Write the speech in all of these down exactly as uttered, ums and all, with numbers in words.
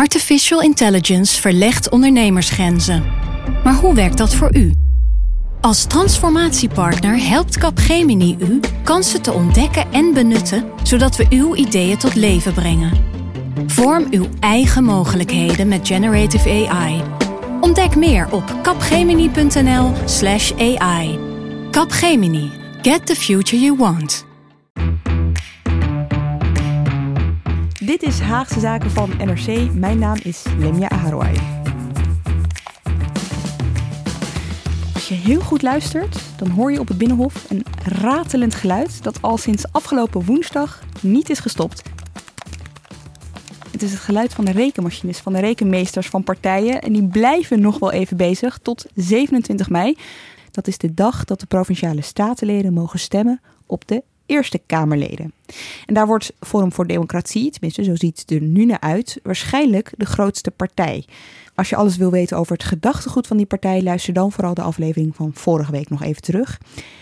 Artificial intelligence verlegt ondernemersgrenzen. Maar hoe werkt dat voor u? Als transformatiepartner helpt Capgemini u kansen te ontdekken en benutten, zodat we uw ideeën tot leven brengen. Vorm uw eigen mogelijkheden met Generative A I. Ontdek meer op capgemini.nl slash AI. Capgemini. Get the future you want. Dit is Haagse Zaken van N R C. Mijn naam is Lemia Aharouai. Als je heel goed luistert, dan hoor je op het Binnenhof een ratelend geluid dat al sinds afgelopen woensdag niet is gestopt. Het is het geluid van de rekenmachines, van de rekenmeesters van partijen. En die blijven nog wel even bezig tot zevenentwintig mei. Dat is de dag dat de Provinciale Statenleden mogen stemmen op de Eerste Kamerleden. En daar wordt Forum voor Democratie, tenminste zo ziet het er nu naar uit, waarschijnlijk de grootste partij. Als je alles wil weten over het gedachtegoed van die partij, luister dan vooral de aflevering van vorige week nog even terug.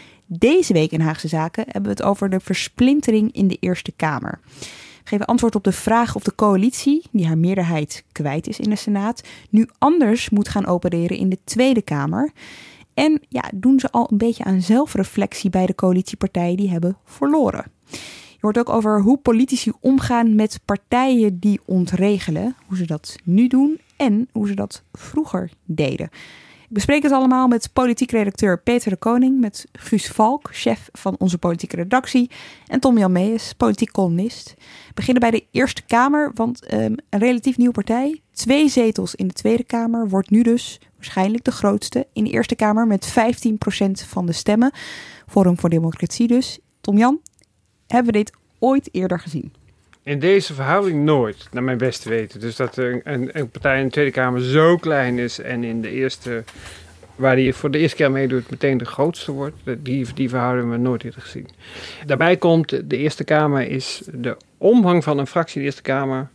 Deze week in Haagse Zaken hebben we het over de versplintering in de Eerste Kamer. We geven antwoord op de vraag of de coalitie, die haar meerderheid kwijt is in de Senaat, nu anders moet gaan opereren in de Tweede Kamer. En ja, doen ze al een beetje aan zelfreflectie bij de coalitiepartijen die hebben verloren. Je hoort ook over hoe politici omgaan met partijen die ontregelen, hoe ze dat nu doen en hoe ze dat vroeger deden. Ik bespreek het allemaal met politiek redacteur Peter de Koning, met Guus Valk, chef van onze politieke redactie, en Tom-Jan Meijers, politiek columnist. We beginnen bij de Eerste Kamer, want um, een relatief nieuwe partij, twee zetels in de Tweede Kamer, wordt nu dus waarschijnlijk de grootste in de Eerste Kamer met vijftien procent van de stemmen. Forum voor Democratie dus. Tom-Jan, hebben we dit ooit eerder gezien? In deze verhouding nooit, naar mijn beste weten. Dus dat een, een, een partij in de Tweede Kamer zo klein is en in de eerste, waar die voor de eerste keer meedoet, meteen de grootste wordt. Die, die verhouding hebben we nooit eerder gezien. Daarbij komt, de Eerste Kamer is, de omvang van een fractie in de Eerste Kamer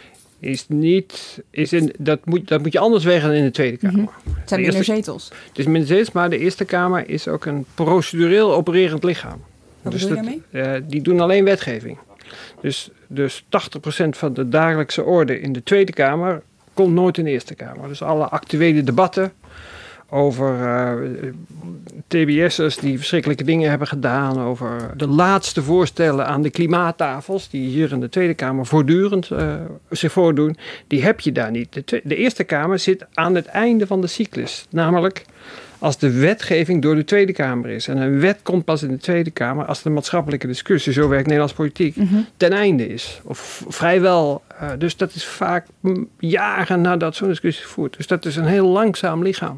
is niet, is in, dat, moet, dat moet je anders wegen dan in de Tweede Kamer. Mm-hmm. Het zijn minder zetels. Het is minder zetels, maar de Eerste Kamer is ook een procedureel opererend lichaam. Wat dus bedoel je dat, daarmee? Uh, die doen alleen wetgeving. Dus, dus tachtig procent van de dagelijkse orde in de Tweede Kamer komt nooit in de Eerste Kamer. Dus alle actuele debatten over uh, T B S'ers die verschrikkelijke dingen hebben gedaan, over de laatste voorstellen aan de klimaattafels die hier in de Tweede Kamer voortdurend uh, zich voordoen, die heb je daar niet. De, twe- de Eerste Kamer zit aan het einde van de cyclus, namelijk als de wetgeving door de Tweede Kamer is. En een wet komt pas in de Tweede Kamer als de maatschappelijke discussie, zo werkt Nederlands politiek, mm-hmm. ten einde is. Of vrijwel. Uh, dus dat is vaak jaren nadat zo'n discussie voert. Dus dat is een heel langzaam lichaam.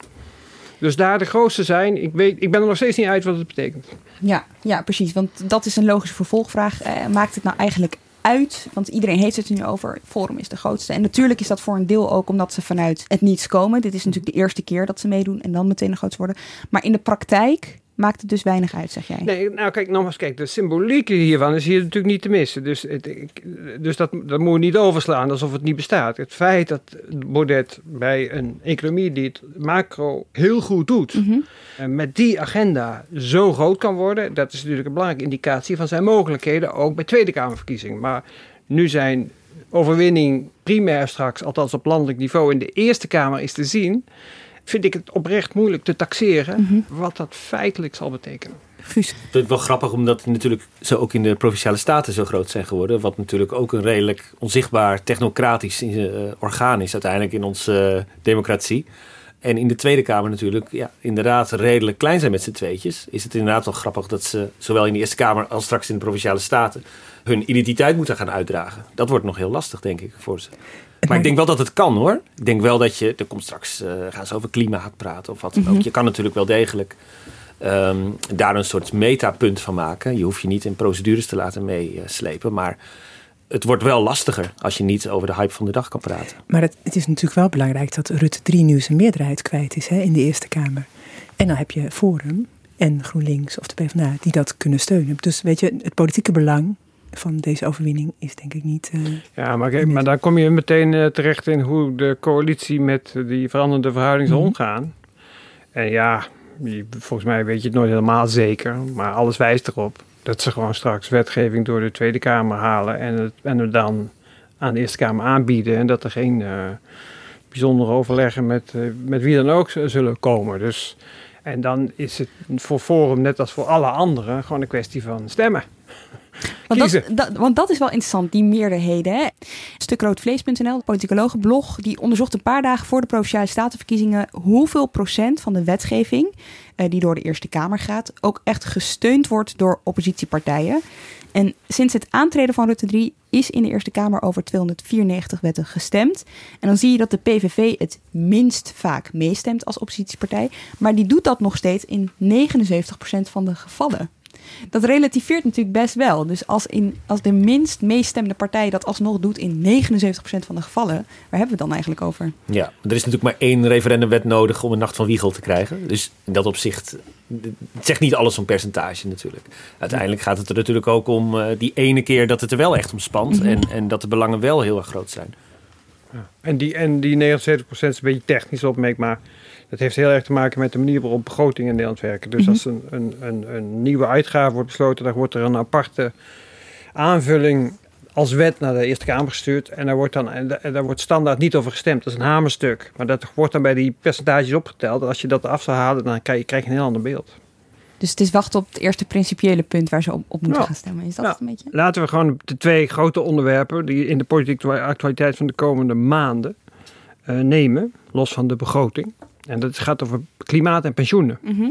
Dus daar de grootste zijn, ik, weet, ik ben er nog steeds niet uit wat het betekent. Ja, ja, precies. Want dat is een logische vervolgvraag. Uh, maakt het nou eigenlijk uit? Want iedereen heeft het er nu over. Forum is de grootste. En natuurlijk is dat voor een deel ook omdat ze vanuit het niets komen. Dit is natuurlijk de eerste keer dat ze meedoen en dan meteen de grootste worden. Maar in de praktijk maakt het dus weinig uit, zeg jij. Nee, nou kijk, nogmaals, kijk, de symboliek hiervan is hier natuurlijk niet te missen. Dus, het, dus dat, dat moeten we niet overslaan alsof het niet bestaat. Het feit dat Baudet bij een economie die het macro heel goed doet, mm-hmm. met die agenda zo groot kan worden, dat is natuurlijk een belangrijke indicatie van zijn mogelijkheden, ook bij Tweede Kamerverkiezingen. Maar nu zijn overwinning primair straks, althans op landelijk niveau, in de Eerste Kamer is te zien, vind ik het oprecht moeilijk te taxeren, mm-hmm. wat dat feitelijk zal betekenen. Guus. Het is wel grappig omdat natuurlijk ze ook in de Provinciale Staten zo groot zijn geworden. Wat natuurlijk ook een redelijk onzichtbaar technocratisch uh, orgaan is uiteindelijk in onze uh, democratie. En in de Tweede Kamer natuurlijk ja, inderdaad redelijk klein zijn met z'n tweetjes. Is het inderdaad wel grappig dat ze zowel in de Eerste Kamer als straks in de Provinciale Staten hun identiteit moeten gaan uitdragen. Dat wordt nog heel lastig, denk ik, voor ze. Maar ik denk wel dat het kan, hoor. Ik denk wel dat je, er komt straks, uh, gaan ze over klimaat praten of wat dan ook. Mm-hmm. Je kan natuurlijk wel degelijk um, daar een soort metapunt van maken. Je hoeft je niet in procedures te laten meeslepen, maar het wordt wel lastiger als je niet over de hype van de dag kan praten. Maar het, het is natuurlijk wel belangrijk dat Rutte drie nu zijn meerderheid kwijt is, hè, in de Eerste Kamer. En dan heb je Forum en GroenLinks of de PvdA die dat kunnen steunen. Dus weet je, het politieke belang van deze overwinning is denk ik niet. Uh, ja, maar, kijk, maar daar kom je meteen uh, terecht in hoe de coalitie met die veranderende verhouding zal mm-hmm. omgaan. En ja, je, volgens mij weet je het nooit helemaal zeker, maar alles wijst erop dat ze gewoon straks wetgeving door de Tweede Kamer halen en het, en het dan aan de Eerste Kamer aanbieden. En dat er geen uh, bijzondere overleggen met, uh, met wie dan ook zullen komen. Dus, en dan is het voor Forum, net als voor alle anderen, gewoon een kwestie van stemmen. Want dat, dat, want dat is wel interessant, die meerderheden. Hè? Stukroodvlees punt n l, de politicologenblog, die onderzocht een paar dagen voor de Provinciale Statenverkiezingen hoeveel procent van de wetgeving uh, die door de Eerste Kamer gaat ook echt gesteund wordt door oppositiepartijen. En sinds het aantreden van Rutte drie is in de Eerste Kamer over tweehonderdvierennegentig wetten gestemd. En dan zie je dat de P V V het minst vaak meestemt als oppositiepartij. Maar die doet dat nog steeds in negenenzeventig procent van de gevallen. Dat relativeert natuurlijk best wel. Dus als, in, als de minst meestemde partij dat alsnog doet in negenenzeventig procent van de gevallen, waar hebben we het dan eigenlijk over? Ja, er is natuurlijk maar één referendumwet nodig om een Nacht van Wiegel te krijgen. Dus in dat opzicht, het zegt niet alles om percentage natuurlijk. Uiteindelijk gaat het er natuurlijk ook om uh, die ene keer dat het er wel echt om spant. Mm-hmm. en, en dat de belangen wel heel erg groot zijn. Ja. En, die, en die negenenzeventig procent is een beetje technisch opmerk, maar dat heeft heel erg te maken met de manier waarop begrotingen in Nederland werken. Dus mm-hmm. als een, een, een, een nieuwe uitgave wordt besloten, dan wordt er een aparte aanvulling als wet naar de Eerste Kamer gestuurd. En daar wordt dan en daar wordt standaard niet over gestemd. Dat is een hamerstuk. Maar dat wordt dan bij die percentages opgeteld. En als je dat af zou halen, dan krijg je, krijg je een heel ander beeld. Dus het is wachten op het eerste principiële punt waar ze op, op moeten ja. gaan stemmen. Is dat ja. het een beetje? Laten we gewoon de twee grote onderwerpen die in de politieke actualiteit van de komende maanden uh, nemen. Los van de begroting. En dat gaat over klimaat en pensioenen. Mm-hmm.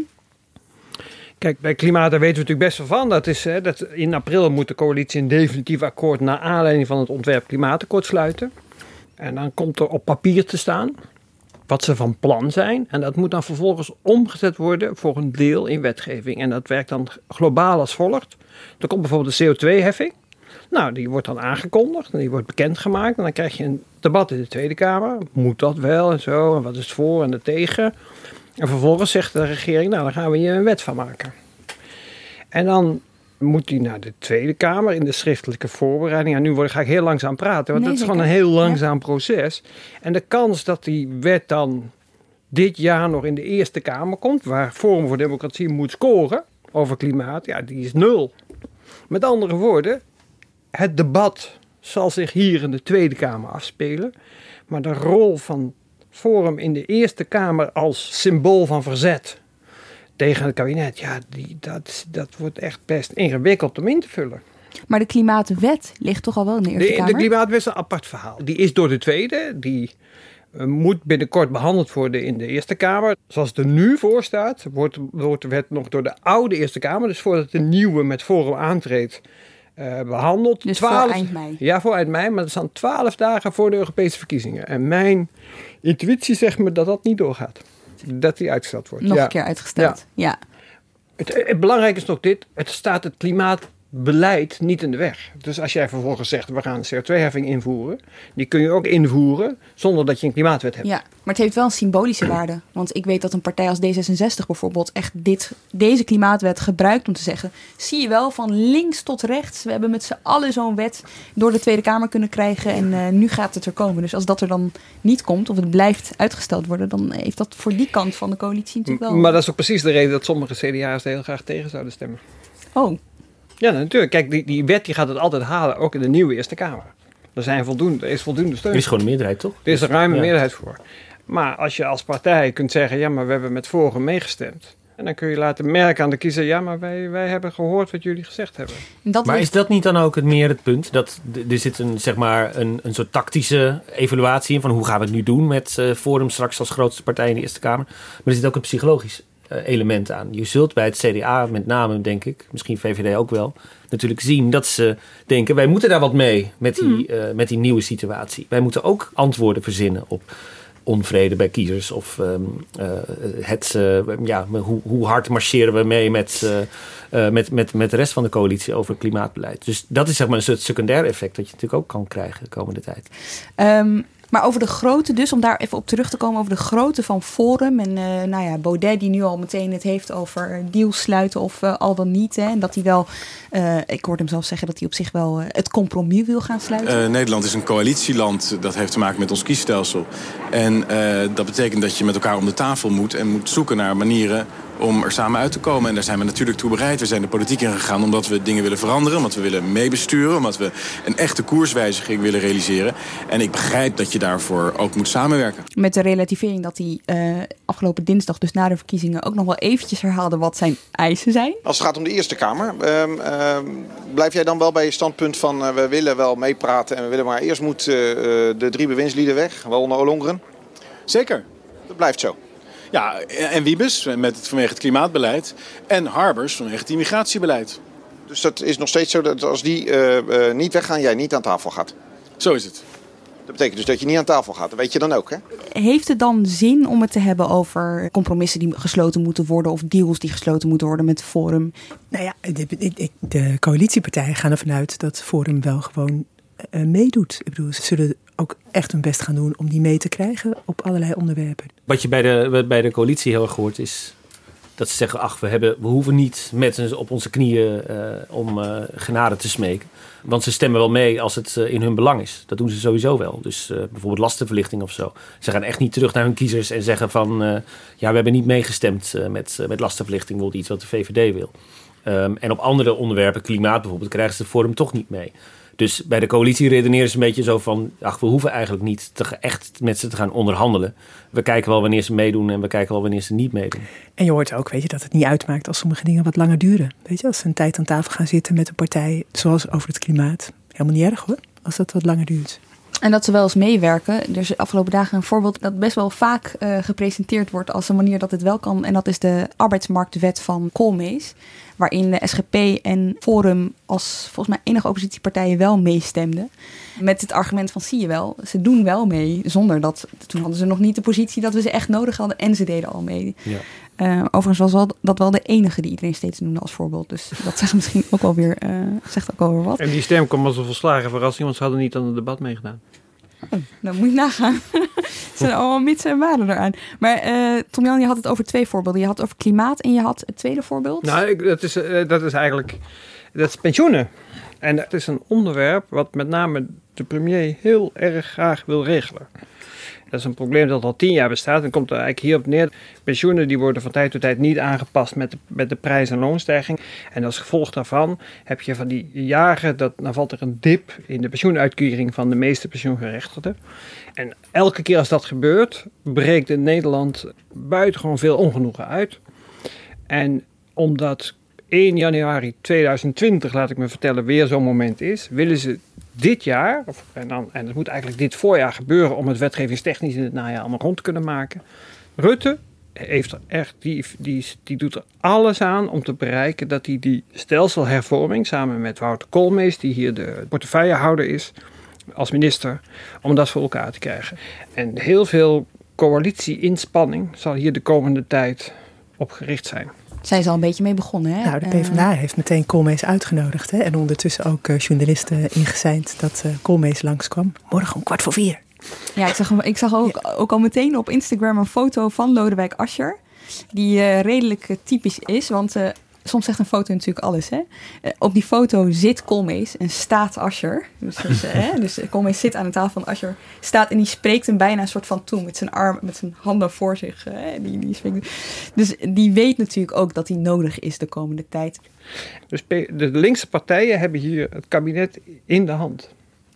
Kijk, bij klimaat daar weten we natuurlijk best wel van. Dat is, hè, dat in april moet de coalitie een definitief akkoord naar aanleiding van het ontwerp klimaatakkoord sluiten. En dan komt er op papier te staan wat ze van plan zijn. En dat moet dan vervolgens omgezet worden voor een deel in wetgeving. En dat werkt dan globaal als volgt. Er komt bijvoorbeeld de C O twee heffing. Nou, die wordt dan aangekondigd en die wordt bekendgemaakt. En dan krijg je een debat in de Tweede Kamer. Moet dat wel en zo? En wat is het voor en het tegen? En vervolgens zegt de regering, nou, dan gaan we hier een wet van maken. En dan moet die naar de Tweede Kamer in de schriftelijke voorbereiding. En nu ga ik heel langzaam praten, want nee, het is gewoon een heel langzaam ja. proces. En de kans dat die wet dan dit jaar nog in de Eerste Kamer komt, waar Forum voor Democratie moet scoren over klimaat, ja, die is nul. Met andere woorden, het debat zal zich hier in de Tweede Kamer afspelen. Maar de rol van Forum in de Eerste Kamer als symbool van verzet tegen het kabinet, ja, die, dat, dat wordt echt best ingewikkeld om in te vullen. Maar de klimaatwet ligt toch al wel in de Eerste de, Kamer? De klimaatwet is een apart verhaal. Die is door de Tweede, die uh, moet binnenkort behandeld worden in de Eerste Kamer. Zoals het er nu voor staat, wordt, wordt de wet nog door de oude Eerste Kamer, dus voordat de nieuwe met Forum aantreedt, Uh, behandeld. Dus twaalf, voor eind mei? Ja, voor eind mei, maar dat is dan twaalf dagen voor de Europese verkiezingen. En mijn intuïtie zegt me dat dat niet doorgaat. Dat die uitgesteld wordt. Nog ja. een keer uitgesteld, ja. ja. Het, het belangrijke is nog dit, het staat het klimaatbeleid niet in de weg. Dus als jij vervolgens zegt, we gaan een C O twee heffing invoeren, die kun je ook invoeren zonder dat je een klimaatwet hebt. Ja, maar het heeft wel een symbolische waarde. Want ik weet dat een partij als D zesenzestig bijvoorbeeld echt dit, deze klimaatwet gebruikt om te zeggen, zie je wel, van links tot rechts, we hebben met z'n allen zo'n wet door de Tweede Kamer kunnen krijgen en uh, nu gaat het er komen. Dus als dat er dan niet komt of het blijft uitgesteld worden, dan heeft dat voor die kant van de coalitie natuurlijk wel. Maar dat is ook precies de reden dat sommige C D A'ers er heel graag tegen zouden stemmen. Oh. Ja, natuurlijk. Kijk, die, die wet die gaat het altijd halen, ook in de nieuwe Eerste Kamer. Er, zijn voldoende, er is voldoende steun. Er is gewoon een meerderheid, toch? Er is een ruime ja. meerderheid voor. Maar als je als partij kunt zeggen, ja, maar we hebben met Forum meegestemd. En dan kun je laten merken aan de kiezer, ja, maar wij, wij hebben gehoord wat jullie gezegd hebben. Dat maar ligt... is dat niet dan ook het meer het punt? Dat er zit een, zeg maar, een, een soort tactische evaluatie in van hoe gaan we het nu doen met uh, Forum straks als grootste partij in de Eerste Kamer. Maar er zit ook een psychologisch uh, element aan. Je zult bij het C D A met name, denk ik, misschien V V D ook wel, natuurlijk zien dat ze denken, wij moeten daar wat mee met die, hmm. uh, met die nieuwe situatie. Wij moeten ook antwoorden verzinnen op onvrede bij kiezers of um, uh, het, uh, ja, hoe, hoe hard marcheren we mee met, uh, uh, met, met, met de rest van de coalitie over klimaatbeleid. Dus dat is zeg maar een soort secundair effect dat je natuurlijk ook kan krijgen de komende tijd. Um, maar over de grootte dus, om daar even op terug te komen over de grootte van Forum en uh, nou ja, Baudet die nu al meteen het heeft over deals sluiten of uh, al dan niet. Hè, en dat hij wel, uh, ik hoorde hem zelf zeggen dat hij op zich wel uh, het compromis wil gaan sluiten. Uh, Nederland is een coalitieland, dat heeft te maken met ons kiesstelsel. En uh, dat betekent dat je met elkaar om de tafel moet en moet zoeken naar manieren om er samen uit te komen. En daar zijn we natuurlijk toe bereid. We zijn de politiek ingegaan omdat we dingen willen veranderen, omdat we willen meebesturen, omdat we een echte koerswijziging willen realiseren. En ik begrijp dat je daarvoor ook moet samenwerken. Met de relativering dat hij uh, afgelopen dinsdag, dus na de verkiezingen, ook nog wel eventjes herhaalde wat zijn eisen zijn. Als het gaat om de Eerste Kamer, uh, uh, blijf jij dan wel bij je standpunt van uh, we willen wel meepraten en we willen maar eerst moeten uh, de drie bewindslieden weg, waaronder Ollongren? Zeker. Dat blijft zo. Ja, en Wiebes met het, vanwege het klimaatbeleid en Harbers vanwege het immigratiebeleid. Dus dat is nog steeds zo dat als die uh, uh, niet weggaan, jij niet aan tafel gaat? Zo is het. Dat betekent dus dat je niet aan tafel gaat. Dat weet je dan ook, hè? Heeft het dan zin om het te hebben over compromissen die gesloten moeten worden of deals die gesloten moeten worden met Forum? Nou ja, de, de, de coalitiepartijen gaan ervan uit dat Forum wel gewoon uh, meedoet. Ik bedoel, ze zullen ook echt hun best gaan doen om die mee te krijgen op allerlei onderwerpen. Wat je bij de, bij de coalitie heel erg hoort is dat ze zeggen, ach, we, hebben, we hoeven niet met op onze knieën uh, om uh, genade te smeken. Want ze stemmen wel mee als het uh, in hun belang is. Dat doen ze sowieso wel. Dus uh, bijvoorbeeld lastenverlichting of zo. Ze gaan echt niet terug naar hun kiezers en zeggen van, uh, ja, we hebben niet meegestemd uh, met, uh, met lastenverlichting, bijvoorbeeld iets wat de V V D wil. Um, en op andere onderwerpen, klimaat bijvoorbeeld, krijgen ze de Forum toch niet mee. Dus bij de coalitie redeneren ze een beetje zo van, ach, we hoeven eigenlijk niet te, echt met ze te gaan onderhandelen. We kijken wel wanneer ze meedoen en we kijken wel wanneer ze niet meedoen. En je hoort ook, weet je, dat het niet uitmaakt als sommige dingen wat langer duren. Weet je, als ze een tijd aan tafel gaan zitten met een partij, zoals over het klimaat. Helemaal niet erg hoor, als dat wat langer duurt. En dat ze wel eens meewerken. Er is de afgelopen dagen een voorbeeld dat best wel vaak uh, gepresenteerd wordt als een manier dat het wel kan. En dat is de arbeidsmarktwet van Koolmees. Waarin de S G P en Forum als volgens mij enige oppositiepartijen wel meestemden. Met het argument van, zie je wel, ze doen wel mee. Zonder dat, toen hadden ze nog niet de positie dat we ze echt nodig hadden. En ze deden al mee. Ja. Uh, overigens was wel, dat wel de enige die iedereen steeds noemde als voorbeeld. Dus dat zegt misschien ook wel weer, uh, zegt ook wel weer wat. En die stem kwam als een volslagen verrassing, want ze hadden niet aan het debat meegedaan. Oh, dan moet je nagaan. Het zijn allemaal mitsen en waarden eraan. Maar uh, Tom-Jan, je had het over twee voorbeelden. Je had het over klimaat en je had het tweede voorbeeld. Nou, ik, dat, is, uh, dat is eigenlijk dat is pensioenen. En dat is een onderwerp wat met name de premier heel erg graag wil regelen. Dat is een probleem dat al tien jaar bestaat en komt er eigenlijk hierop neer. Pensioenen die worden van tijd tot tijd niet aangepast met de, met de prijs- en loonstijging. En als gevolg daarvan heb je van die jaren, dat, dan valt er een dip in de pensioenuitkering van de meeste pensioengerechtigden. En elke keer als dat gebeurt, breekt in Nederland buitengewoon veel ongenoegen uit. En omdat één januari tweeduizend twintig, laat ik me vertellen, weer zo'n moment is, willen ze dit jaar, of, en, dan, en dat moet eigenlijk dit voorjaar gebeuren om het wetgevingstechnisch in het najaar allemaal rond te kunnen maken. Rutte heeft er echt, die, die, die doet er alles aan om te bereiken dat hij die stelselhervorming samen met Wouter Koolmees, die hier de portefeuillehouder is als minister, om dat voor elkaar te krijgen. En heel veel coalitie-inspanning zal hier de komende tijd op gericht zijn. Zij is al een beetje mee begonnen, hè? Nou, de PvdA uh, heeft meteen Koolmees uitgenodigd. Hè? En ondertussen ook uh, journalisten ingezeind dat uh, Koolmees langskwam. Morgen om kwart voor vier. Ja, ik zag, ik zag ook, ja. ook al meteen op Instagram een foto van Lodewijk Asscher. Die uh, redelijk uh, typisch is, want uh, soms zegt een foto natuurlijk alles. Hè? Uh, op die foto zit Koolmees en staat Asscher. Dus, dus, uh, hè? dus Koolmees zit aan de tafel van Asscher. Staat en die spreekt hem bijna een soort van toe. Met zijn arm, met zijn handen voor zich. Uh, die, die spreekt. Dus die weet natuurlijk ook dat hij nodig is de komende tijd. Dus de linkse partijen hebben hier het kabinet in de hand.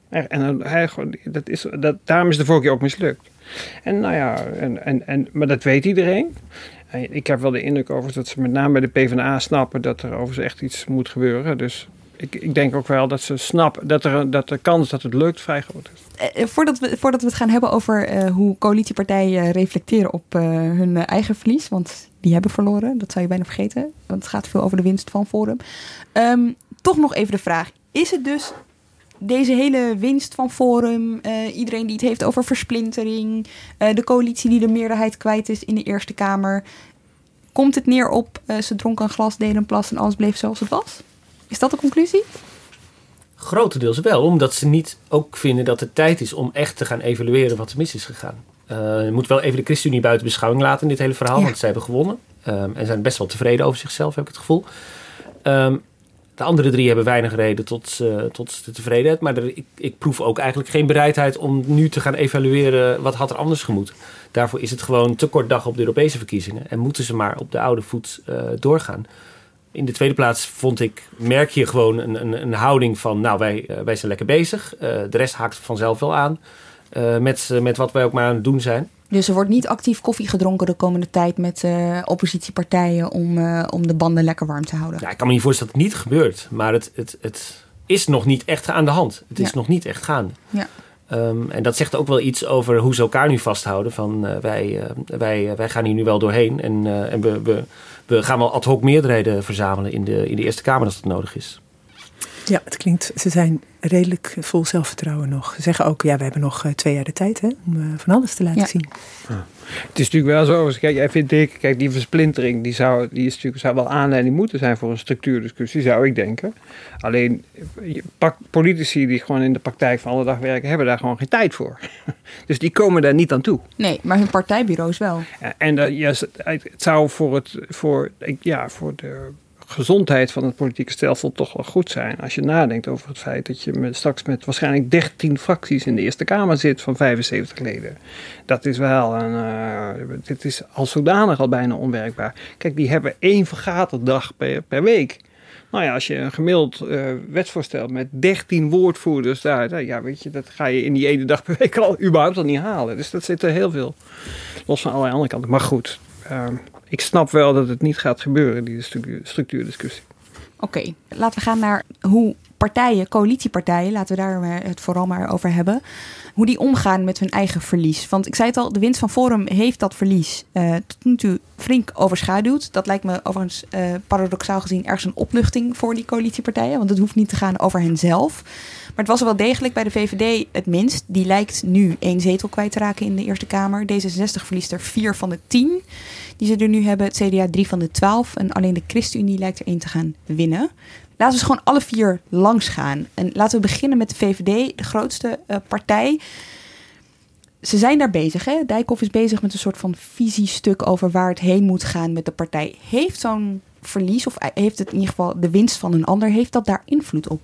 En hij, dat is, dat, daarom is de vorige keer ook mislukt. En nou ja, en, en, en, maar dat weet iedereen. Ik heb wel de indruk over dat ze met name bij de PvdA snappen dat er overigens echt iets moet gebeuren. Dus ik, ik denk ook wel dat ze snappen dat, er, dat de kans dat het lukt vrij groot is. Eh, voordat, we, voordat we het gaan hebben over uh, hoe coalitiepartijen reflecteren op uh, hun uh, eigen verlies. Want die hebben verloren, dat zou je bijna vergeten. Want het gaat veel over de winst van Forum. Um, toch nog even de vraag. Is het dus deze hele winst van Forum, uh, iedereen die het heeft over versplintering, uh, de coalitie die de meerderheid kwijt is in de Eerste Kamer, komt het neer op uh, ze dronken een glas, deden een plas en alles bleef zoals het was? Is dat de conclusie? Grotendeels wel, omdat ze niet ook vinden dat het tijd is om echt te gaan evalueren wat er mis is gegaan. Uh, je moet wel even de ChristenUnie buiten beschouwing laten in dit hele verhaal, ja. Want zij hebben gewonnen um, en zijn best wel tevreden over zichzelf, heb ik het gevoel. Um, De andere drie hebben weinig reden tot, uh, tot de tevredenheid. Maar er, ik, ik proef ook eigenlijk geen bereidheid om nu te gaan evalueren wat had er anders gemoet. Daarvoor is het gewoon te kort dag op de Europese verkiezingen. En moeten ze maar op de oude voet uh, doorgaan. In de tweede plaats vond ik, merk je gewoon een, een, een houding van, nou wij, uh, wij zijn lekker bezig. Uh, de rest haakt vanzelf wel aan uh, met, uh, met wat wij ook maar aan het doen zijn. Dus er wordt niet actief koffie gedronken de komende tijd met uh, oppositiepartijen om, uh, om de banden lekker warm te houden? Ja, ik kan me niet voorstellen dat het niet gebeurt. Maar het, het, het is nog niet echt aan de hand. Het is ja. nog niet echt gaande. Ja. Um, en dat zegt ook wel iets over hoe ze elkaar nu vasthouden. Van uh, wij, uh, wij, uh, wij gaan hier nu wel doorheen. En, uh, en we, we, we gaan wel ad hoc meerderheden verzamelen in de, in de Eerste Kamer als dat nodig is. Ja, het klinkt, ze zijn redelijk vol zelfvertrouwen nog. Ze zeggen ook, ja, we hebben nog uh, twee jaar de tijd hè, om uh, van alles te laten ja. zien. Ja. Het is natuurlijk wel zo, kijk, jij vindt ik, kijk, die versplintering, die zou, die is natuurlijk, zou wel aanleiding moeten zijn voor een structuurdiscussie, zou ik denken. Alleen, politici die gewoon in de praktijk van alle dag werken, hebben daar gewoon geen tijd voor. Dus die komen daar niet aan toe. Nee, maar hun partijbureaus wel. Ja, en uh, ja, het zou voor het, voor, ja, voor de gezondheid van het politieke stelsel toch wel goed zijn. Als je nadenkt over het feit dat je met, straks met waarschijnlijk dertien fracties in de Eerste Kamer zit van vijfenzeventig leden. Dat is wel een, uh, dit is als zodanig al bijna onwerkbaar. Kijk, die hebben één vergaderdag per, per week. Nou ja, als je een gemiddeld uh, wetsvoorstel met dertien woordvoerders daar, ja, weet je, dat ga je in die ene dag per week al überhaupt al niet halen. Dus dat zit er heel veel los van allerlei andere kanten. Maar goed, uh, ik snap wel dat het niet gaat gebeuren, die structuurdiscussie. Oké, okay, laten we gaan naar hoe partijen, coalitiepartijen, laten we daar het vooral maar over hebben, hoe die omgaan met hun eigen verlies. Want ik zei het al, de winst van Forum heeft dat verlies uh, tot nu toe flink overschaduwd. Dat lijkt me overigens uh, paradoxaal gezien ergens een opluchting voor die coalitiepartijen, want het hoeft niet te gaan over henzelf. Maar het was er wel degelijk bij de V V D het minst. Die lijkt nu één zetel kwijt te raken in de Eerste Kamer. D zesenzestig verliest er vier van de tien die ze er nu hebben. Het C D A drie van de twaalf. En alleen de ChristenUnie lijkt er één te gaan winnen. Laten we ze gewoon alle vier langs gaan. En laten we beginnen met de V V D, de grootste uh, partij. Ze zijn daar bezig. Hè? Dijkhoff is bezig met een soort van visiestuk over waar het heen moet gaan met de partij. Heeft zo'n verlies, of heeft het in ieder geval de winst van een ander, heeft dat daar invloed op?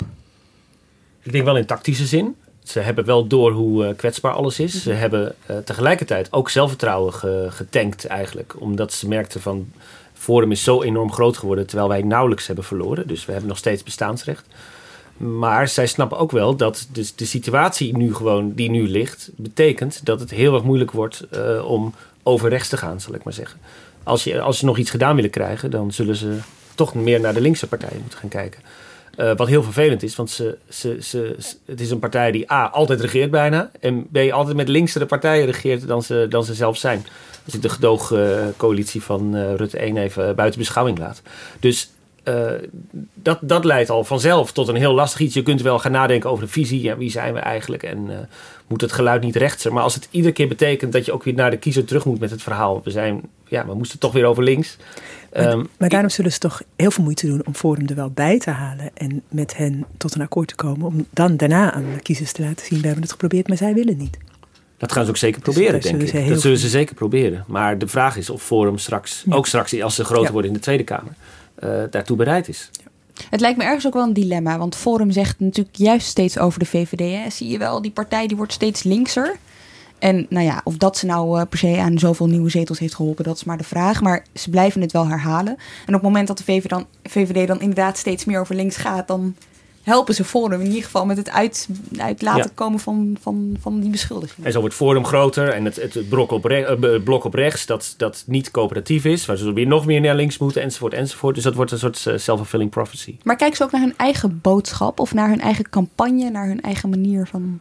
Ik denk wel in tactische zin. Ze hebben wel door hoe uh, kwetsbaar alles is. Ze hebben uh, tegelijkertijd ook zelfvertrouwen ge- getankt eigenlijk. Omdat ze merkten van Forum is zo enorm groot geworden terwijl wij nauwelijks hebben verloren. Dus we hebben nog steeds bestaansrecht. Maar zij snappen ook wel dat de, de situatie nu gewoon, die nu ligt, betekent dat het heel erg moeilijk wordt uh, om overrechts te gaan, zal ik maar zeggen. Als, je, als ze nog iets gedaan willen krijgen, dan zullen ze toch meer naar de linkse partijen moeten gaan kijken. Uh, wat heel vervelend is, want ze, ze, ze, het is een partij die A, altijd regeert bijna. En B, altijd met linksere partijen regeert dan ze, dan ze zelf zijn. Als ik de gedoogcoalitie uh, van uh, Rutte één even buiten beschouwing laat. Dus uh, dat, dat leidt al vanzelf tot een heel lastig iets. Je kunt wel gaan nadenken over de visie. Ja, wie zijn we eigenlijk? En uh, moet het geluid niet rechtser? Maar als het iedere keer betekent dat je ook weer naar de kiezer terug moet met het verhaal. We zijn, ja, we moesten toch weer over links. Maar, um, maar daarom zullen ze toch heel veel moeite doen om Forum er wel bij te halen en met hen tot een akkoord te komen. Om dan daarna aan de kiezers te laten zien, we hebben het geprobeerd, maar zij willen niet. Dat gaan ze ook zeker proberen, dus denk ik. Dat zullen ze zeker proberen. Maar de vraag is of Forum straks, ja. ook straks als ze groter ja. worden in de Tweede Kamer, uh, daartoe bereid is. Ja. Het lijkt me ergens ook wel een dilemma, want Forum zegt natuurlijk juist steeds over de V V D. Hè? Zie je wel, die partij die wordt steeds linkser. En nou ja, of dat ze nou uh, per se aan zoveel nieuwe zetels heeft geholpen, dat is maar de vraag. Maar ze blijven het wel herhalen. En op het moment dat de V V D dan, V V D dan inderdaad steeds meer over links gaat, dan helpen ze Forum in ieder geval met het uit, uit laten ja. komen van, van, van die beschuldigingen. En zo wordt Forum groter en het, het blok, op re, uh, blok op rechts dat, dat niet coöperatief is, waar ze weer nog meer naar links moeten, enzovoort, enzovoort. Dus dat wordt een soort uh, self-fulfilling prophecy. Maar kijken ze ook naar hun eigen boodschap of naar hun eigen campagne, naar hun eigen manier van...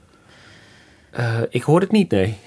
Uh, ik hoor het niet, nee.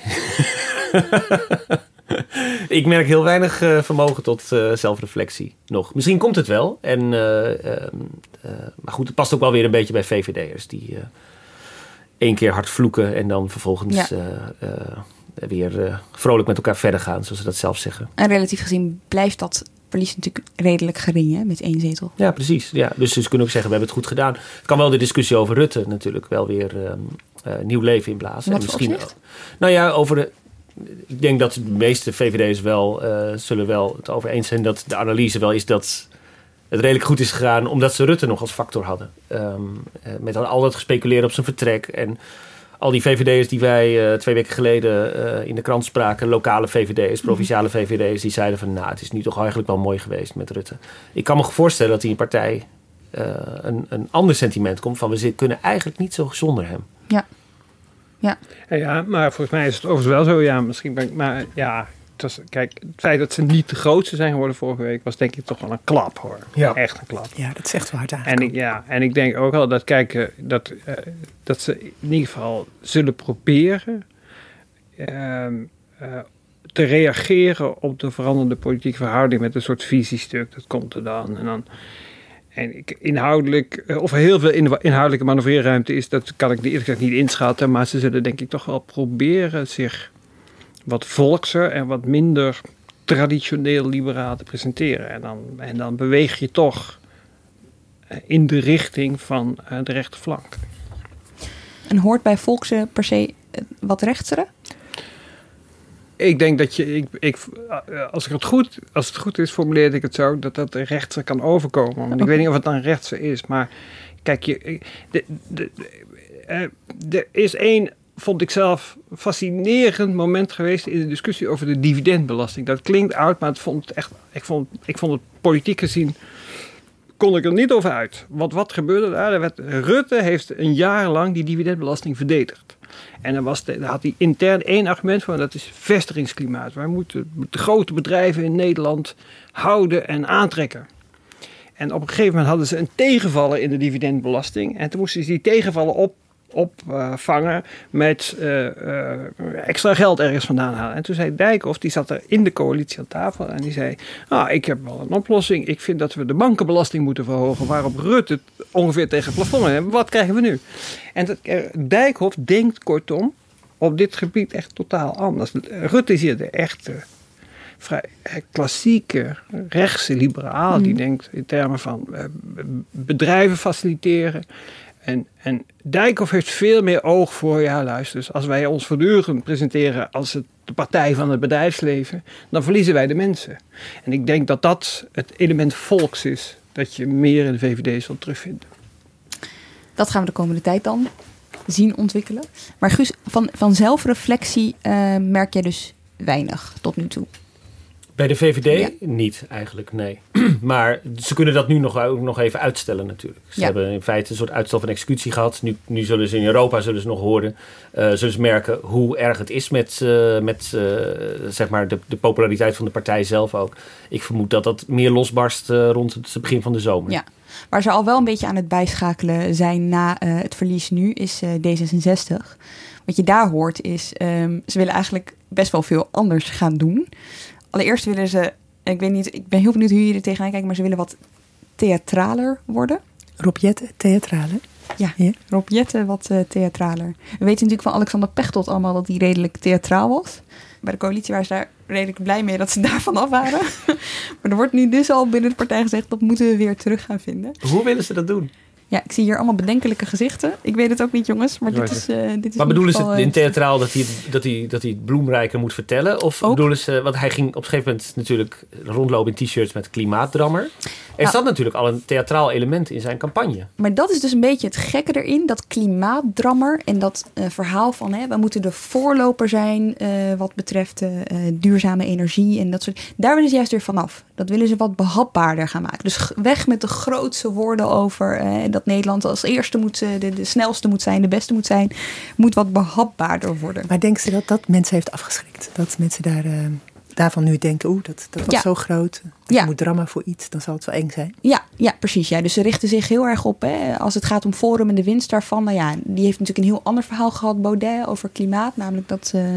Ik merk heel weinig uh, vermogen tot uh, zelfreflectie nog. Misschien komt het wel. En, uh, uh, uh, maar goed, het past ook wel weer een beetje bij V V D'ers. Die uh, één keer hard vloeken en dan vervolgens ja. uh, uh, weer uh, vrolijk met elkaar verder gaan, zoals ze dat zelf zeggen. En relatief gezien blijft dat verlies natuurlijk redelijk gering, hè, met één zetel. Ja, precies. Ja, dus ze kunnen ook zeggen, we hebben het goed gedaan. Het kan wel de discussie over Rutte natuurlijk wel weer uh, uh, nieuw leven inblazen. Wat en misschien, misschien, nou ja, over de... Ik denk dat de meeste V V D'ers wel uh, zullen wel het over eens zijn dat de analyse wel is dat het redelijk goed is gegaan omdat ze Rutte nog als factor hadden. Um, met al dat gespeculeerd op zijn vertrek. En al die V V D'ers die wij uh, twee weken geleden uh, in de krant spraken, lokale V V D'ers, provinciale V V D'ers, die zeiden van nou, het is nu toch eigenlijk wel mooi geweest met Rutte. Ik kan me voorstellen dat die partij uh, een, een ander sentiment komt van we kunnen eigenlijk niet zo zonder hem. Ja. Ja. Ja, maar volgens mij is het overigens wel zo. Ja, misschien ben ik, maar ja, het was, kijk, het feit dat ze niet de grootste zijn geworden vorige week was denk ik toch wel een klap, hoor. Ja. Echt een klap. Ja, dat is echt wel hard En aangekomen. ik, ja, en ik denk ook wel dat, kijk, uh, dat, uh, dat ze in ieder geval zullen proberen uh, uh, te reageren op de veranderende politieke verhouding met een soort visiestuk. Dat komt er dan. En dan En ik, inhoudelijk, of er heel veel inhoudelijke manoeuvreerruimte is, dat kan ik eerlijk gezegd niet inschatten. Maar ze zullen denk ik toch wel proberen zich wat volkser en wat minder traditioneel liberaal te presenteren. En dan, en dan beweeg je toch in de richting van de rechterflank. En hoort bij volkse per se wat rechtsere? Ik denk dat je, ik, ik, als, ik het goed, als het goed is, formuleerde ik het zo, dat dat rechtser kan overkomen. Want okay. Ik weet niet of het dan rechtser is, maar kijk, je, de, de, de, er is één, vond ik zelf, fascinerend moment geweest in de discussie over de dividendbelasting. Dat klinkt oud, maar het vond echt, ik, vond, ik vond het politiek gezien, kon ik er niet over uit. Want wat gebeurde daar? Er werd, Rutte heeft een jaar lang die dividendbelasting verdedigd. En dan was de, had hij intern één argument voor, en dat is vestigingsklimaat. Wij moeten de grote bedrijven in Nederland houden en aantrekken. En op een gegeven moment hadden ze een tegenvaller in de dividendbelasting. En toen moesten ze die tegenvallen op, opvangen uh, met uh, uh, extra geld ergens vandaan halen. En toen zei Dijkhoff, die zat er in de coalitie aan tafel en die zei, ah, ik heb wel een oplossing. Ik vind dat we de bankenbelasting moeten verhogen, waarop Rutte ongeveer tegen het plafond hebben. Wat krijgen we nu? En dat, uh, Dijkhoff denkt kortom op dit gebied echt totaal anders. Rutte is hier de echte vrij klassieke rechtse liberaal, mm. die denkt in termen van uh, bedrijven faciliteren. En, en Dijkhoff heeft veel meer oog voor, ja luister, dus als wij ons voortdurend presenteren als het, de partij van het bedrijfsleven, dan verliezen wij de mensen. En ik denk dat dat het element volks is, dat je meer in de V V D zult terugvinden. Dat gaan we de komende tijd dan zien ontwikkelen. Maar Guus, van, van zelfreflectie uh, merk jij dus weinig tot nu toe? Bij de V V D ja. niet eigenlijk, nee. Maar ze kunnen dat nu nog, ook nog even uitstellen natuurlijk. Ze ja. hebben in feite een soort uitstel van executie gehad. Nu, nu zullen ze in Europa zullen ze nog horen. Uh, zullen ze merken hoe erg het is met, uh, met uh, zeg maar de, de populariteit van de partij zelf ook. Ik vermoed dat dat meer losbarst uh, rond het begin van de zomer. Ja. Waar ze al wel een beetje aan het bijschakelen zijn na uh, het verlies nu is uh, D zesenzestig. Wat je daar hoort is, um, ze willen eigenlijk best wel veel anders gaan doen. Allereerst willen ze, ik weet niet, ik ben heel benieuwd hoe jullie er tegenaan kijken, maar ze willen wat theatraler worden. Rob Jetten, theatraler? Ja, ja. Rob Jetten wat uh, theatraler. We weten natuurlijk van Alexander Pechtold allemaal dat hij redelijk theatraal was. Bij de coalitie waren ze daar redelijk blij mee dat ze daarvan af waren. Maar er wordt nu dus al binnen de partij gezegd, dat moeten we weer terug gaan vinden. Hoe willen ze dat doen? Ja, ik zie hier allemaal bedenkelijke gezichten. Ik weet het ook niet, jongens, maar dit is, uh, dit is. Maar bedoelen ze uh, in theatraal dat hij, dat, hij, dat hij het bloemrijker moet vertellen? Of ook? Bedoelen ze, want hij ging op een gegeven moment natuurlijk rondlopen in t-shirts met klimaatdrammer. Er nou, zat natuurlijk al een theatraal element in zijn campagne. Maar dat is dus een beetje het gekke erin, dat klimaatdrammer en dat uh, verhaal van, hè, we moeten de voorloper zijn uh, wat betreft uh, duurzame energie en dat soort. Daar willen ze juist weer vanaf. Dat willen ze wat behapbaarder gaan maken. Dus weg met de grootste woorden over uh, dat Nederland als eerste moet, uh, de, de snelste moet zijn, de beste moet zijn. Moet wat behapbaarder worden. Maar denken ze dat dat mensen heeft afgeschrikt? Dat mensen daar, uh, daarvan nu denken, oeh, dat, dat was ja. zo groot. Dat ja. moet drama voor iets, dan zal het wel eng zijn. Ja, ja, precies. Ja. Dus ze richten zich heel erg op, hè, als het gaat om Forum en de winst daarvan. Nou ja, die heeft natuurlijk een heel ander verhaal gehad, Baudet, over klimaat. Namelijk dat Uh,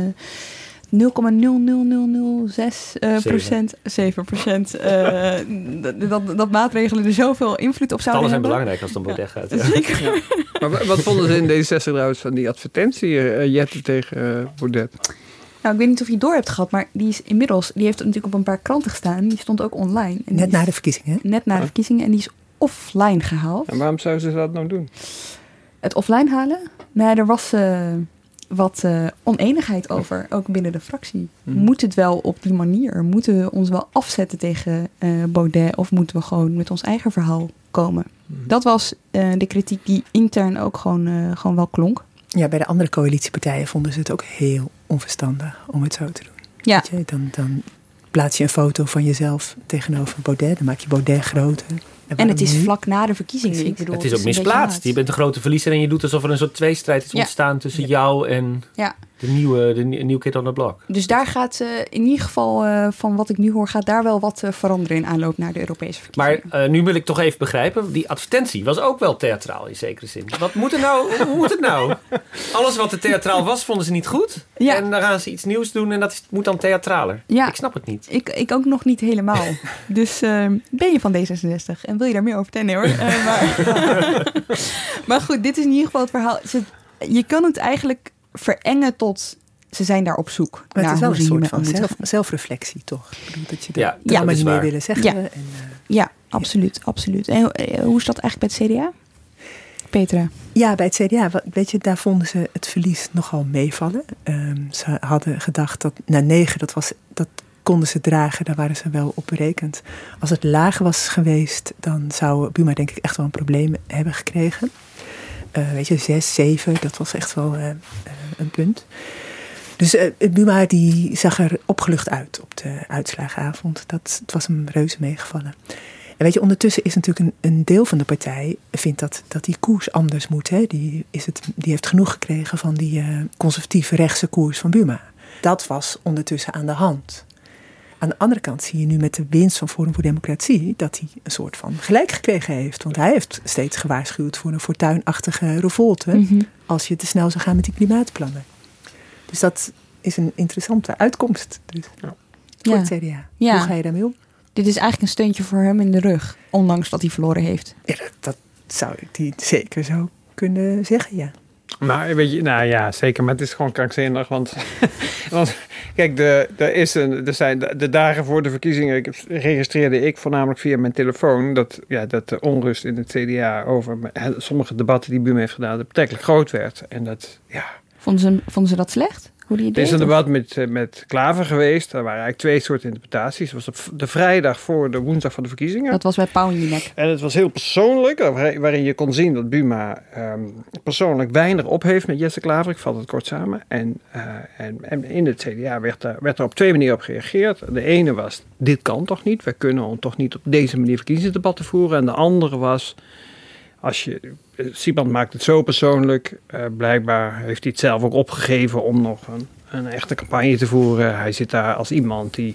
nul komma nul nul nul nul zes uh, procent, zeven procent, uh, dat, dat, dat maatregelen er zoveel invloed op zouden hebben. Alles zijn belangrijk als het om Baudet gaat. Ja. Zeker. Ja. Maar wat vonden ze in D zesenzestig trouwens van die advertentie, uh, Jetten tegen uh, Baudet? Nou, ik weet niet of je het door hebt gehad, maar die is inmiddels, die heeft natuurlijk op een paar kranten gestaan. Die stond ook online. En net is, na de verkiezingen. Net na de verkiezingen en die is offline gehaald. En waarom zouden ze dat nou doen? Het offline halen? Nee, er was Uh, wat uh, oneenigheid over, ook binnen de fractie. Hmm. Moet het wel op die manier? Moeten we ons wel afzetten tegen uh, Baudet of moeten we gewoon met ons eigen verhaal komen? Hmm. Dat was uh, de kritiek die intern ook gewoon, uh, gewoon wel klonk. Ja, bij de andere coalitiepartijen vonden ze het ook heel onverstandig om het zo te doen. Ja. Weet je, dan, dan plaats je een foto van jezelf tegenover Baudet, dan maak je Baudet groter. En, en het is niet? vlak na de verkiezingen. Ik bedoel, het is ook misplaatst. Je bent een grote verliezer en je doet alsof er een soort tweestrijd is ja. ontstaan tussen ja. jou en ja. de nieuwe de new kid on the block. Dus daar gaat uh, in ieder geval, uh, van wat ik nu hoor, gaat daar wel wat uh, veranderen in aanloop naar de Europese verkiezingen. Maar uh, nu wil ik toch even begrijpen, die advertentie was ook wel theatraal in zekere zin. Wat moet er nou? Hoe moet het nou? Alles wat er theatraal was, vonden ze niet goed. Ja. En dan gaan ze iets nieuws doen en dat is, moet dan theatraler. Ja. Ik snap het niet. Ik, ik ook nog niet helemaal. Dus uh, ben je van D zesenzestig en wil je daar meer over vertellen? Nee hoor. Uh, maar, maar goed, dit is in ieder geval het verhaal. Ze, je kan het eigenlijk verengen tot ze zijn daar op zoek. Maar naar het is wel hoe een soort van zelf, zelfreflectie toch? Ik bedoel, dat je er ja, ja, maar niet mee willen zeggen. Ja, en, uh, ja absoluut, absoluut. En uh, hoe is dat eigenlijk bij het C D A? Petra? Ja, bij het C D A, weet je, daar vonden ze het verlies nogal meevallen. Um, ze hadden gedacht dat na negen, dat was... Dat konden ze dragen, daar waren ze wel op berekend. Als het lager was geweest, dan zou Buma denk ik echt wel een probleem hebben gekregen. Uh, weet je, zes, zeven, dat was echt wel uh, uh, een punt. Dus uh, Buma die zag er opgelucht uit op de uitslagenavond. Dat, het was hem reuze meegevallen. En weet je, ondertussen is natuurlijk een, een deel van de partij vindt dat, dat die koers anders moet. Hè? Die, is het, die heeft genoeg gekregen van die uh, conservatieve rechtse koers van Buma. Dat was ondertussen aan de hand. Aan de andere kant zie je nu met de winst van Forum voor Democratie dat hij een soort van gelijk gekregen heeft. Want hij heeft steeds gewaarschuwd voor een fortuinachtige revolte mm-hmm. als je te snel zou gaan met die klimaatplannen. Dus dat is een interessante uitkomst dus, ja. voor ja. het C D A. Ja. Hoe ga je daarmee om? Dit is eigenlijk een steuntje voor hem in de rug, ondanks dat hij verloren heeft. Ja, dat, dat zou ik die zeker zo kunnen zeggen, ja. Maar weet je, nou ja, zeker, maar het is gewoon krankzinnig, want, want kijk, de, er is een, er zijn de, de dagen voor de verkiezingen registreerde ik voornamelijk via mijn telefoon dat, ja, dat de onrust in het C D A over sommige debatten die Buma heeft gedaan, betrekkelijk groot werd. En dat, ja. Vonden ze, vonden ze dat slecht? Hoe die er is een debat met, met Klaver geweest. Daar waren eigenlijk twee soorten interpretaties. Het was op de vrijdag voor de woensdag van de verkiezingen. Dat was bij Pauw en Jinek. En het was heel persoonlijk, waarin je kon zien dat Buma um, persoonlijk weinig op heeft met Jesse Klaver. Ik vat het kort samen. En, uh, en, en in het C D A werd er, werd er op twee manieren op gereageerd. De ene was, dit kan toch niet? Wij kunnen toch niet op deze manier verkiezingsdebatten voeren. En de andere was, als je... Siebrand maakt het zo persoonlijk. Uh, blijkbaar heeft hij het zelf ook opgegeven om nog een, een echte campagne te voeren. Hij zit daar als iemand die,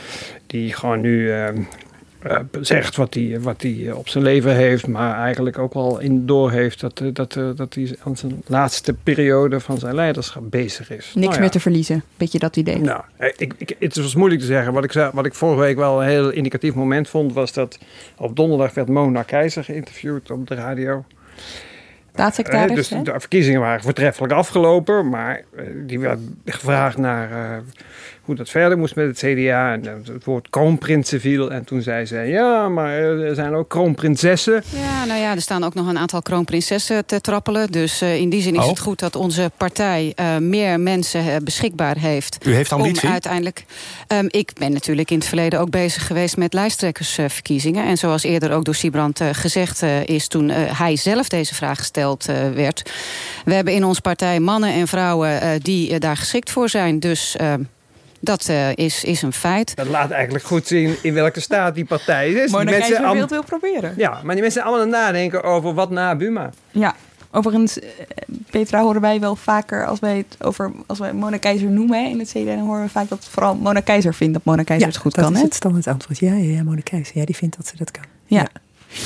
die gewoon nu uh, uh, zegt wat hij, wat hij op zijn leven heeft. Maar eigenlijk ook wel in door heeft dat, uh, dat, uh, dat hij aan zijn laatste periode van zijn leiderschap bezig is. Niks nou, meer ja. te verliezen. Beetje dat idee. Nou, ik, ik, het was moeilijk te zeggen. Wat ik, wat ik vorige week wel een heel indicatief moment vond, was dat op donderdag werd Mona Keizer geïnterviewd op de radio. Staatssecretaris, uh, dus hè? de verkiezingen waren voortreffelijk afgelopen, maar uh, die werd gevraagd naar uh, hoe dat verder moest met het C D A. En uh, het woord kroonprinsen viel. En toen zei ze, ja, maar er zijn ook kroonprinsessen. Ja, nou ja, er staan ook nog een aantal kroonprinsessen te trappelen. Dus uh, in die zin is oh. het goed dat onze partij uh, meer mensen uh, beschikbaar heeft. U heeft ambitie? Om uiteindelijk, um, ik ben natuurlijk in het verleden ook bezig geweest met lijsttrekkersverkiezingen. Uh, en zoals eerder ook door Siebrand uh, gezegd uh, is toen uh, hij zelf deze vraag gesteld uh, werd. We hebben in onze partij mannen en vrouwen uh, die uh, daar geschikt voor zijn. Dus... Uh, Dat uh, is, is een feit. Dat laat eigenlijk goed zien in welke staat die partij is. Mona Keizer wil het wil proberen. Ja, maar die mensen zijn allemaal aan het nadenken over wat na Buma. Ja, overigens, Petra, horen wij wel vaker als wij het over als wij Mona Keizer noemen in het C D A, dan horen we vaak dat vooral Mona Keizer vindt dat Mona Keizer ja, het goed dat kan. Dat is hè? het standaard antwoord. Ja, ja, ja, Mona Keizer. Ja, die vindt dat ze dat kan. Ja. ja.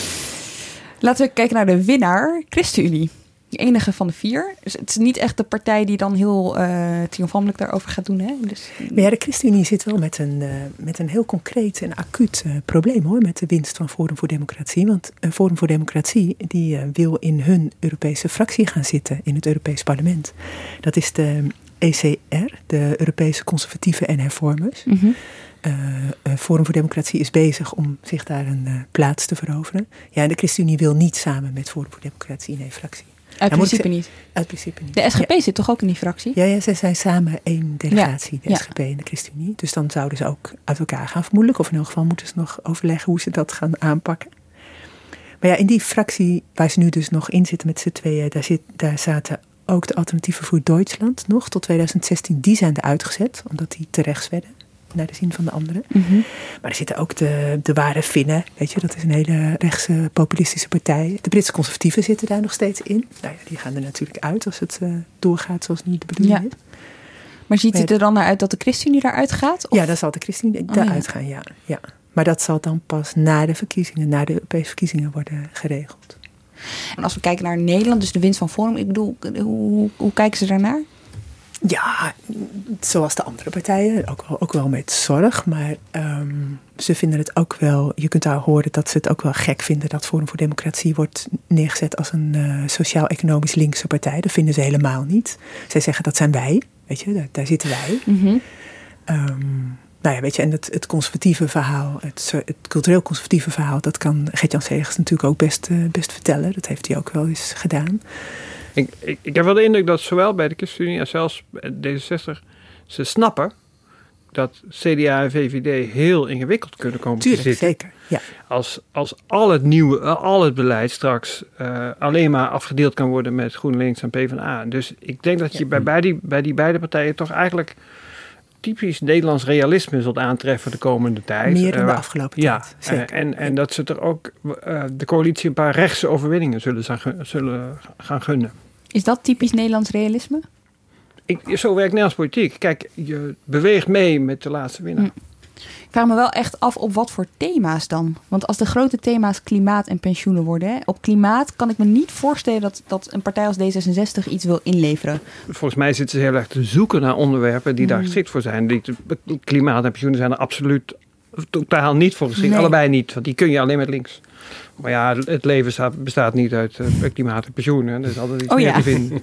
Laten we kijken naar de winnaar, ChristenUnie. De enige van de vier. Dus het is niet echt de partij die dan heel uh, triomfantelijk daarover gaat doen. Hè? Dus... Maar ja, de ChristenUnie zit wel met een, uh, met een heel concreet en acuut uh, probleem hoor. Met de winst van Forum voor Democratie. Want uh, Forum voor Democratie die uh, wil in hun Europese fractie gaan zitten in het Europees Parlement. Dat is de E C R, de Europese Conservatieven en Hervormers. Mm-hmm. Uh, uh, Forum voor Democratie is bezig om zich daar een uh, plaats te veroveren. Ja, en de ChristenUnie wil niet samen met Forum voor Democratie in één fractie. Uit principe niet? Uit principe niet. De S G P ja. zit toch ook in die fractie? Ja, ja, zij zijn samen één delegatie, ja. de S G P ja. en de ChristenUnie. Dus dan zouden ze ook uit elkaar gaan vermoedelijk. Of in elk geval moeten ze nog overleggen hoe ze dat gaan aanpakken. Maar ja, in die fractie waar ze nu dus nog in zitten met z'n tweeën, daar, zit, daar zaten ook de Alternatieven voor Duitsland nog tot twintig zestien. Die zijn eruit gezet, omdat die te rechts werden, naar de zin van de anderen. Mm-hmm. Maar er zitten ook de, de ware Finnen, weet je, dat is een hele rechtse populistische partij. De Britse conservatieven zitten daar nog steeds in. Nou ja, die gaan er natuurlijk uit als het uh, doorgaat zoals nu de bedoeling ja. is. Maar ziet het er dan naar uit dat de ChristenUnie daaruit gaat? Of? Ja, dan zal de ChristenUnie oh, daaruit ja. gaan, ja. ja. Maar dat zal dan pas na de verkiezingen, na de Europese verkiezingen worden geregeld. En als we kijken naar Nederland, dus de winst van Forum, ik bedoel, hoe, hoe kijken ze daarnaar? Ja, zoals de andere partijen, ook wel, ook wel met zorg. Maar um, ze vinden het ook wel, je kunt daar horen dat ze het ook wel gek vinden dat Forum voor Democratie wordt neergezet als een uh, sociaal-economisch linkse partij. Dat vinden ze helemaal niet. Zij zeggen dat zijn wij, weet je, daar, daar zitten wij. Mm-hmm. Um, Nou ja, weet je, en het, het conservatieve verhaal, het, het cultureel conservatieve verhaal, dat kan Gert-Jan Segers natuurlijk ook best, uh, best vertellen. Dat heeft hij ook wel eens gedaan. Ik, ik, ik heb wel de indruk dat zowel bij de ChristenUnie als zelfs bij D zesenzestig ze snappen dat C D A en V V D heel ingewikkeld kunnen komen Tuurlijk, te zitten. zeker. Ja. Als, als al het nieuwe, al het beleid straks uh, alleen maar afgedeeld kan worden met GroenLinks en PvdA. Dus ik denk dat je ja. bij, bij, die, bij die beide partijen toch eigenlijk typisch Nederlands realisme zult aantreffen de komende tijd. Meer dan de uh, afgelopen ja, tijd. Zeker. En, en dat ze er ook uh, de coalitie een paar rechtse overwinningen zullen, zullen gaan gunnen. Is dat typisch Nederlands realisme? Ik, zo werkt Nederlands politiek. Kijk, je beweegt mee met de laatste winnaar. Hm. Ik vraag me wel echt af op wat voor thema's dan. Want als de grote thema's klimaat en pensioenen worden, hè, op klimaat kan ik me niet voorstellen dat, dat een partij als D zesenzestig iets wil inleveren. Volgens mij zitten ze heel erg te zoeken naar onderwerpen die mm. daar geschikt voor zijn. Die, klimaat en pensioenen zijn er absoluut totaal niet voor geschikt. Nee. Allebei niet, want die kun je alleen met links. Maar ja, het leven staat, bestaat niet uit uh, klimaat en pensioenen. Er is altijd iets oh, meer ja. te vinden.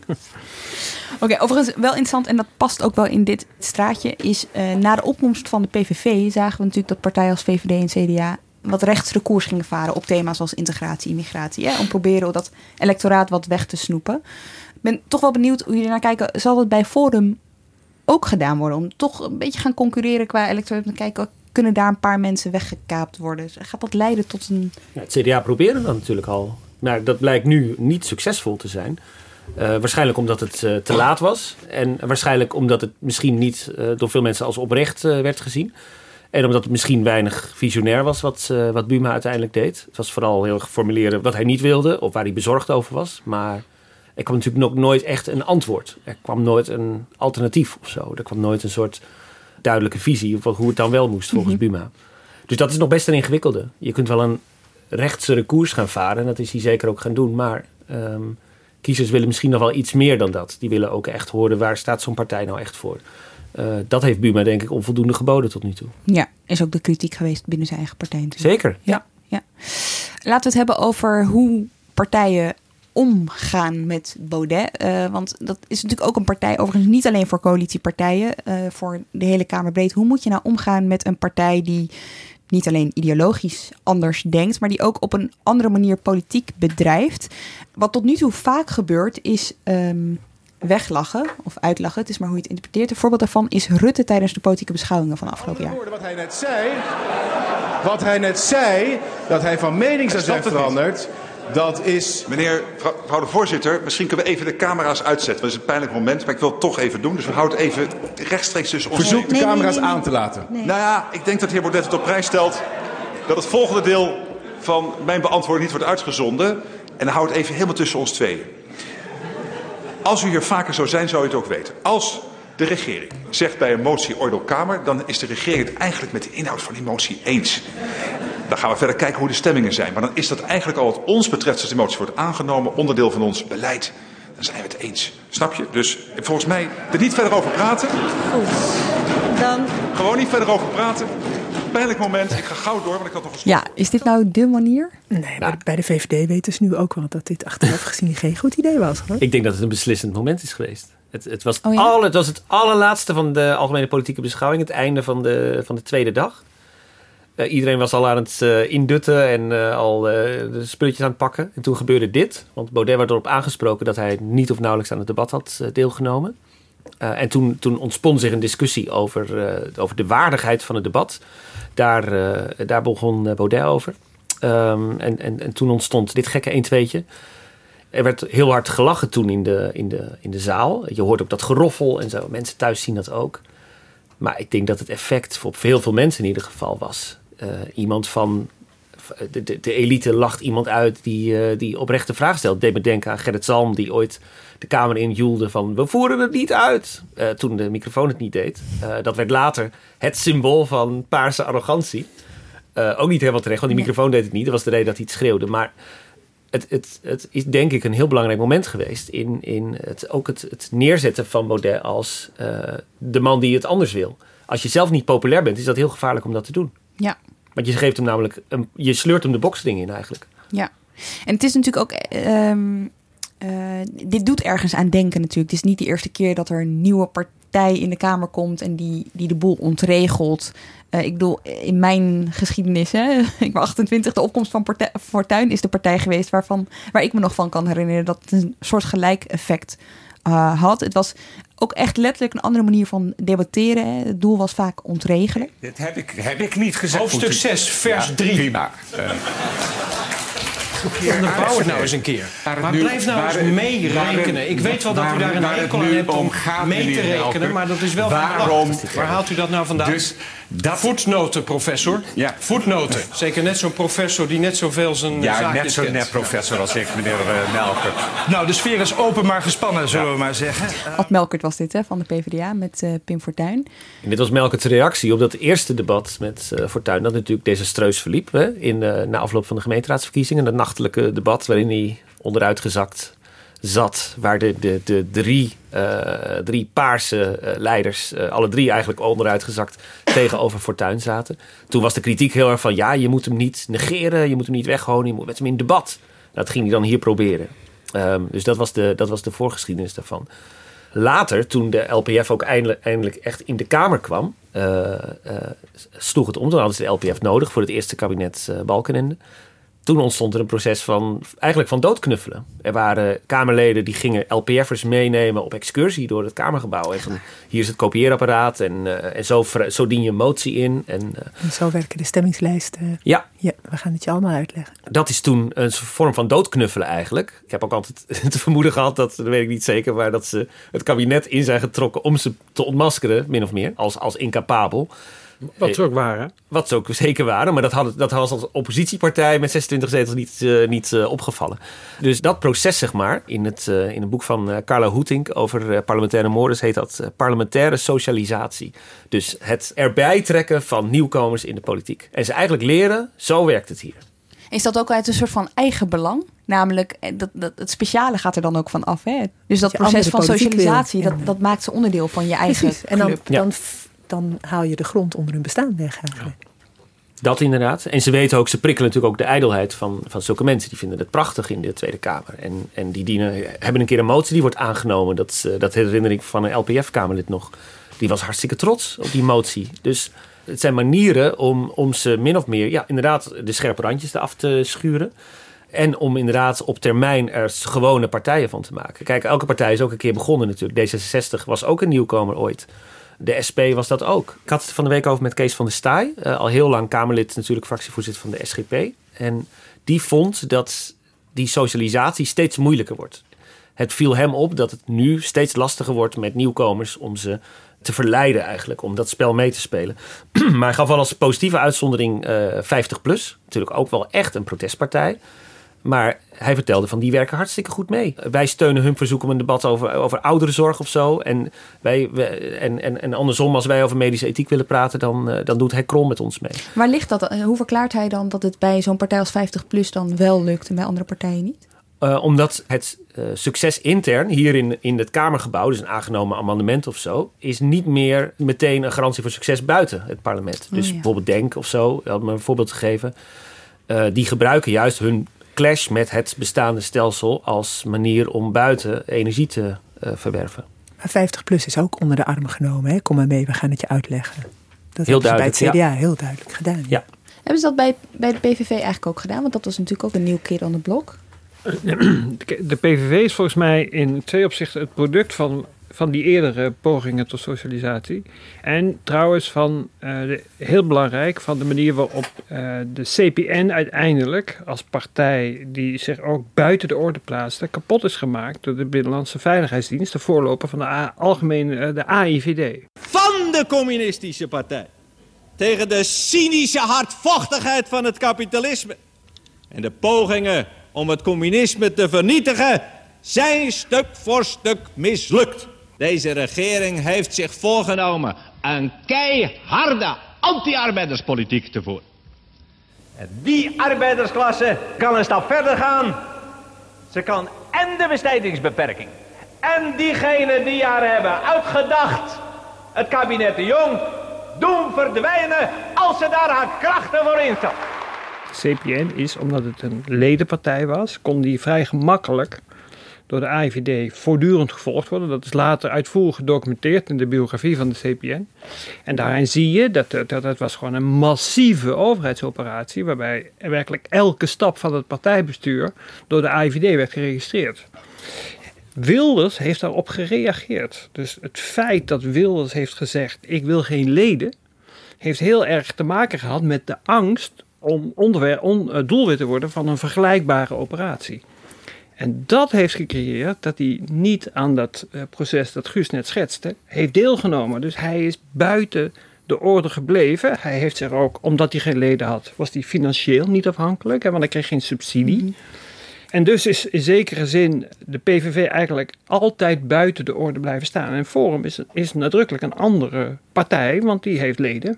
Oké, okay, overigens wel interessant, en dat past ook wel in dit straatje, is uh, na de opkomst van de P V V zagen we natuurlijk dat partijen als V V D en C D A wat rechtsere koers gingen varen op thema's als integratie, immigratie. Hè, om proberen dat electoraat wat weg te snoepen. Ik ben toch wel benieuwd hoe jullie naar kijken. Zal dat bij Forum ook gedaan worden? Om toch een beetje gaan concurreren qua electoraat. En kijken, kunnen daar een paar mensen weggekaapt worden? Gaat dat leiden tot een... Ja, het C D A probeerde dat natuurlijk al. Maar dat blijkt nu niet succesvol te zijn. Uh, waarschijnlijk omdat het uh, te laat was. En waarschijnlijk omdat het misschien niet uh, door veel mensen als oprecht uh, werd gezien. En omdat het misschien weinig visionair was wat, uh, wat Buma uiteindelijk deed. Het was vooral heel erg formuleren wat hij niet wilde of waar hij bezorgd over was. Maar er kwam natuurlijk nog nooit echt een antwoord. Er kwam nooit een alternatief of zo. Er kwam nooit een soort duidelijke visie van hoe het dan wel moest volgens mm-hmm. Buma. Dus dat is nog best een ingewikkelde. Je kunt wel een rechtsere koers gaan varen. En dat is hij zeker ook gaan doen. Maar um, kiezers willen misschien nog wel iets meer dan dat. Die willen ook echt horen, waar staat zo'n partij nou echt voor? Uh, dat heeft Buma denk ik onvoldoende geboden tot nu toe. Ja, is ook de kritiek geweest binnen zijn eigen partij natuurlijk. Zeker, ja. ja. Laten we het hebben over hoe partijen omgaan met Baudet. Uh, want dat is natuurlijk ook een partij, overigens niet alleen voor coalitiepartijen, uh, voor de hele Kamer breed. Hoe moet je nou omgaan met een partij die niet alleen ideologisch anders denkt, maar die ook op een andere manier politiek bedrijft? Wat tot nu toe vaak gebeurt is um, weglachen of uitlachen. Het is maar hoe je het interpreteert. Een voorbeeld daarvan is Rutte tijdens de politieke beschouwingen van afgelopen jaar. Wat hij net zei, wat hij net zei, dat hij van mening zou zijn veranderd. Dat is... Meneer, mevrouw de voorzitter, misschien kunnen we even de camera's uitzetten. Dat is een pijnlijk moment, maar ik wil het toch even doen. Dus we houden het even rechtstreeks tussen ons. Verzoek de nee, camera's nee, nee, nee. aan te laten. Nee. Nou ja, ik denk dat de heer Baudet het op prijs stelt dat het volgende deel van mijn beantwoording niet wordt uitgezonden. En dan houdt het even helemaal tussen ons tweeën. Als u hier vaker zou zijn, zou u het ook weten. Als de regering zegt bij een motie oordeel Kamer, dan is de regering het eigenlijk met de inhoud van die motie eens. Dan gaan we verder kijken hoe de stemmingen zijn. Maar dan is dat eigenlijk al wat ons betreft, als de motie wordt aangenomen, onderdeel van ons beleid. Dan zijn we het eens. Snap je? Dus volgens mij er niet verder over praten. Goed. Dan... Gewoon niet verder over praten. Pijnlijk moment. Ik ga gauw door, want ik had nog een... Ja, is dit nou de manier? Nee, maar bij de V V D weten ze nu ook wel dat dit achteraf gezien geen goed idee was. Hoor. Ik denk dat het een beslissend moment is geweest. Het, het, was, oh ja? al, het was het allerlaatste van de algemene politieke beschouwing. Het einde van de, van de tweede dag. Uh, iedereen was al aan het uh, indutten en uh, al uh, de spulletjes aan het pakken. En toen gebeurde dit. Want Baudet werd erop aangesproken dat hij niet of nauwelijks aan het debat had uh, deelgenomen. Uh, en toen, toen ontspon zich een discussie over, uh, over de waardigheid van het debat. Daar, uh, daar begon uh, Baudet over. Um, en, en, en toen ontstond dit gekke een-tweetje. Er werd heel hard gelachen toen in de, in, de, in de zaal. Je hoort ook dat geroffel en zo. Mensen thuis zien dat ook. Maar ik denk dat het effect voor heel veel mensen in ieder geval was. Uh, iemand van... De, de, de elite lacht iemand uit die, uh, die oprechte vraag stelt. Deed me denken aan Gerrit Zalm die ooit de Kamer in joelde van... we voeren het niet uit. Uh, toen de microfoon het niet deed. Uh, dat werd later het symbool van paarse arrogantie. Uh, ook niet helemaal terecht, want die microfoon deed het niet. Dat was de reden dat hij het schreeuwde. Maar het, het, het is denk ik een heel belangrijk moment geweest... in, in het, ook het, het neerzetten van Baudet als uh, de man die het anders wil. Als je zelf niet populair bent, is dat heel gevaarlijk om dat te doen. Ja. Want je geeft hem namelijk, een, je sleurt hem de boksring in eigenlijk. Ja, en het is natuurlijk ook... Um, uh, dit doet ergens aan denken natuurlijk. Het is niet de eerste keer dat er een nieuwe partij in de Kamer komt... en die, die de boel ontregelt. Uh, ik bedoel, in mijn geschiedenis, hè, ik ben achtentwintig... de opkomst van partij, Fortuyn is de partij geweest... Waarvan, waar ik me nog van kan herinneren... dat het een soort gelijk effect uh, had. Het was ook echt letterlijk een andere manier van debatteren. Hè. Het doel was vaak ontregelen. Dat heb ik, heb ik niet gezegd. Hoofdstuk zes, vers drie. Ja, prima. Uh. Onderbouw het nou eens een keer. Maar nu, blijf nou eens meerekenen. Ik weet wel dat u daar een hekel aan hebt om mee te rekenen... maar dat is wel waarom? Waar haalt u dat nou vandaan? Dus dat... Voetnoten, professor. Ja. Voetnoten. Zeker net zo'n professor die net zoveel zijn ja, zaakjes net zo'n net professor als ik, meneer uh, Melkert. Nou, de sfeer is open maar gespannen, zullen ja. we maar zeggen. Ad Melkert was dit, hè, van de PvdA met uh, Pim Fortuyn. En dit was Melkert's reactie op dat eerste debat met uh, Fortuyn... dat natuurlijk desastreus verliep hè, in, uh, na afloop van de gemeenteraadsverkiezingen. Dat nachtelijke debat waarin hij onderuitgezakt zat. Waar de, de, de drie, uh, drie paarse uh, leiders, uh, alle drie eigenlijk onderuitgezakt... tegenover Fortuyn zaten. Toen was de kritiek heel erg van... ja, je moet hem niet negeren, je moet hem niet weggooien... je moet met hem in debat. Dat ging hij dan hier proberen. Um, dus dat was, de, dat was de voorgeschiedenis daarvan. Later, toen de L P F ook eindelijk, eindelijk echt in de Kamer kwam... Uh, uh, sloeg het om. Toen hadden ze de L P F nodig voor het eerste kabinet uh, Balkenende. Toen ontstond er een proces van, eigenlijk van doodknuffelen. Er waren Kamerleden die gingen L P F'ers meenemen op excursie door het Kamergebouw. En van, hier is het kopieerapparaat en, uh, en zo, zo dien je een motie in. En, uh, en zo werken de stemmingslijsten. Ja. ja. We gaan het je allemaal uitleggen. Dat is toen een vorm van doodknuffelen eigenlijk. Ik heb ook altijd te vermoeden gehad, dat, dat weet ik niet zeker... maar dat ze het kabinet in zijn getrokken om ze te ontmaskeren, min of meer, als, als incapabel... Wat ze ook waren. Wat ze ook zeker waren. Maar dat, had, dat was als oppositiepartij met zesentwintig zetels niet, uh, niet uh, opgevallen. Dus dat proces, zeg maar, in het, uh, in een boek van uh, Carla Hoetink over uh, parlementaire moorders heet dat uh, parlementaire socialisatie. Dus het erbij trekken van nieuwkomers in de politiek. En ze eigenlijk leren, zo werkt het hier. Is dat ook uit een soort van eigen belang? Namelijk, dat, dat, het speciale gaat er dan ook van af. Hè? Dus dat proces van socialisatie, dat, dat maakt ze onderdeel van je eigen Precies. En dan, club. dan, dan haal je de grond onder hun bestaan weg eigenlijk. Ja. Dat inderdaad. En ze weten ook, ze prikkelen natuurlijk ook de ijdelheid van, van zulke mensen. Die vinden het prachtig in de Tweede Kamer. En, en die dienen, hebben een keer een motie die wordt aangenomen. Dat, dat herinner ik van een L P F-Kamerlid nog. Die was hartstikke trots op die motie. Dus het zijn manieren om, om ze min of meer, ja, inderdaad, de scherpe randjes eraf te schuren. En om inderdaad op termijn er gewone partijen van te maken. Kijk, elke partij is ook een keer begonnen natuurlijk. D zesenzestig was ook een nieuwkomer ooit. De S P was dat ook. Ik had het van de week over met Kees van der Staaij. Uh, al heel lang Kamerlid, natuurlijk fractievoorzitter van de S G P. En die vond dat die socialisatie steeds moeilijker wordt. Het viel hem op dat het nu steeds lastiger wordt met nieuwkomers om ze te verleiden eigenlijk, om dat spel mee te spelen. Maar hij gaf wel als positieve uitzondering uh, vijftig plus. Natuurlijk ook wel echt een protestpartij. Maar hij vertelde van, die werken hartstikke goed mee. Wij steunen hun verzoek om een debat over, over ouderenzorg of zo. En, wij, wij, en, en, en andersom, als wij over medische ethiek willen praten, dan, uh, dan doet hij Krol met ons mee. Waar ligt dat? Hoe verklaart hij dan dat het bij zo'n partij als vijftig plus dan wel lukt en bij andere partijen niet? Uh, omdat het uh, succes intern hier in, in het Kamergebouw, dus een aangenomen amendement of zo, is niet meer meteen een garantie voor succes buiten het parlement. Dus oh, ja. bijvoorbeeld Denk of zo, om een voorbeeld te geven, uh, die gebruiken juist hun clash met het bestaande stelsel als manier om buiten energie te uh, verwerven. Maar vijftig plus is ook onder de arm genomen. Hè? Kom maar mee, we gaan het je uitleggen. Dat heel hebben ze bij het C D A ja. heel duidelijk gedaan. Ja. Hebben ze dat bij, bij de P V V eigenlijk ook gedaan? Want dat was natuurlijk ook een nieuw kid on the block. De P V V is volgens mij in twee opzichten het product van, van die eerdere pogingen tot socialisatie. En trouwens van, uh, de, heel belangrijk, van de manier waarop uh, de C P N uiteindelijk als partij die zich ook buiten de orde plaatste, kapot is gemaakt door de Binnenlandse Veiligheidsdienst, de voorloper van de A, algemene, uh, de A I V D. Van de communistische partij. Tegen de cynische hardvochtigheid van het kapitalisme. En de pogingen om het communisme te vernietigen zijn stuk voor stuk mislukt. Deze regering heeft zich voorgenomen een keiharde anti-arbeiderspolitiek te voeren. En die arbeidersklasse kan een stap verder gaan. Ze kan en de bestedingsbeperking en diegenen die haar hebben uitgedacht, het kabinet De Jong, doen verdwijnen als ze daar haar krachten voor inzet. C P N is, omdat het een ledenpartij was, kon die vrij gemakkelijk door de A I V D voortdurend gevolgd worden. Dat is later uitvoerig gedocumenteerd in de biografie van de C P N. En daarin zie je dat het, dat het was gewoon een massieve overheidsoperatie, waarbij werkelijk elke stap van het partijbestuur door de A I V D werd geregistreerd. Wilders heeft daarop gereageerd. Dus het feit dat Wilders heeft gezegd, ik wil geen leden, heeft heel erg te maken gehad met de angst om onderwer- on, uh, doelwit te worden van een vergelijkbare operatie. En dat heeft gecreëerd dat hij niet aan dat uh, proces dat Guus net schetste, heeft deelgenomen. Dus hij is buiten de orde gebleven. Hij heeft zich ook, omdat hij geen leden had, was hij financieel niet afhankelijk, hè, want hij kreeg geen subsidie. Mm-hmm. En dus is in zekere zin de P V V eigenlijk altijd buiten de orde blijven staan. En Forum is, is nadrukkelijk een andere partij, want die heeft leden.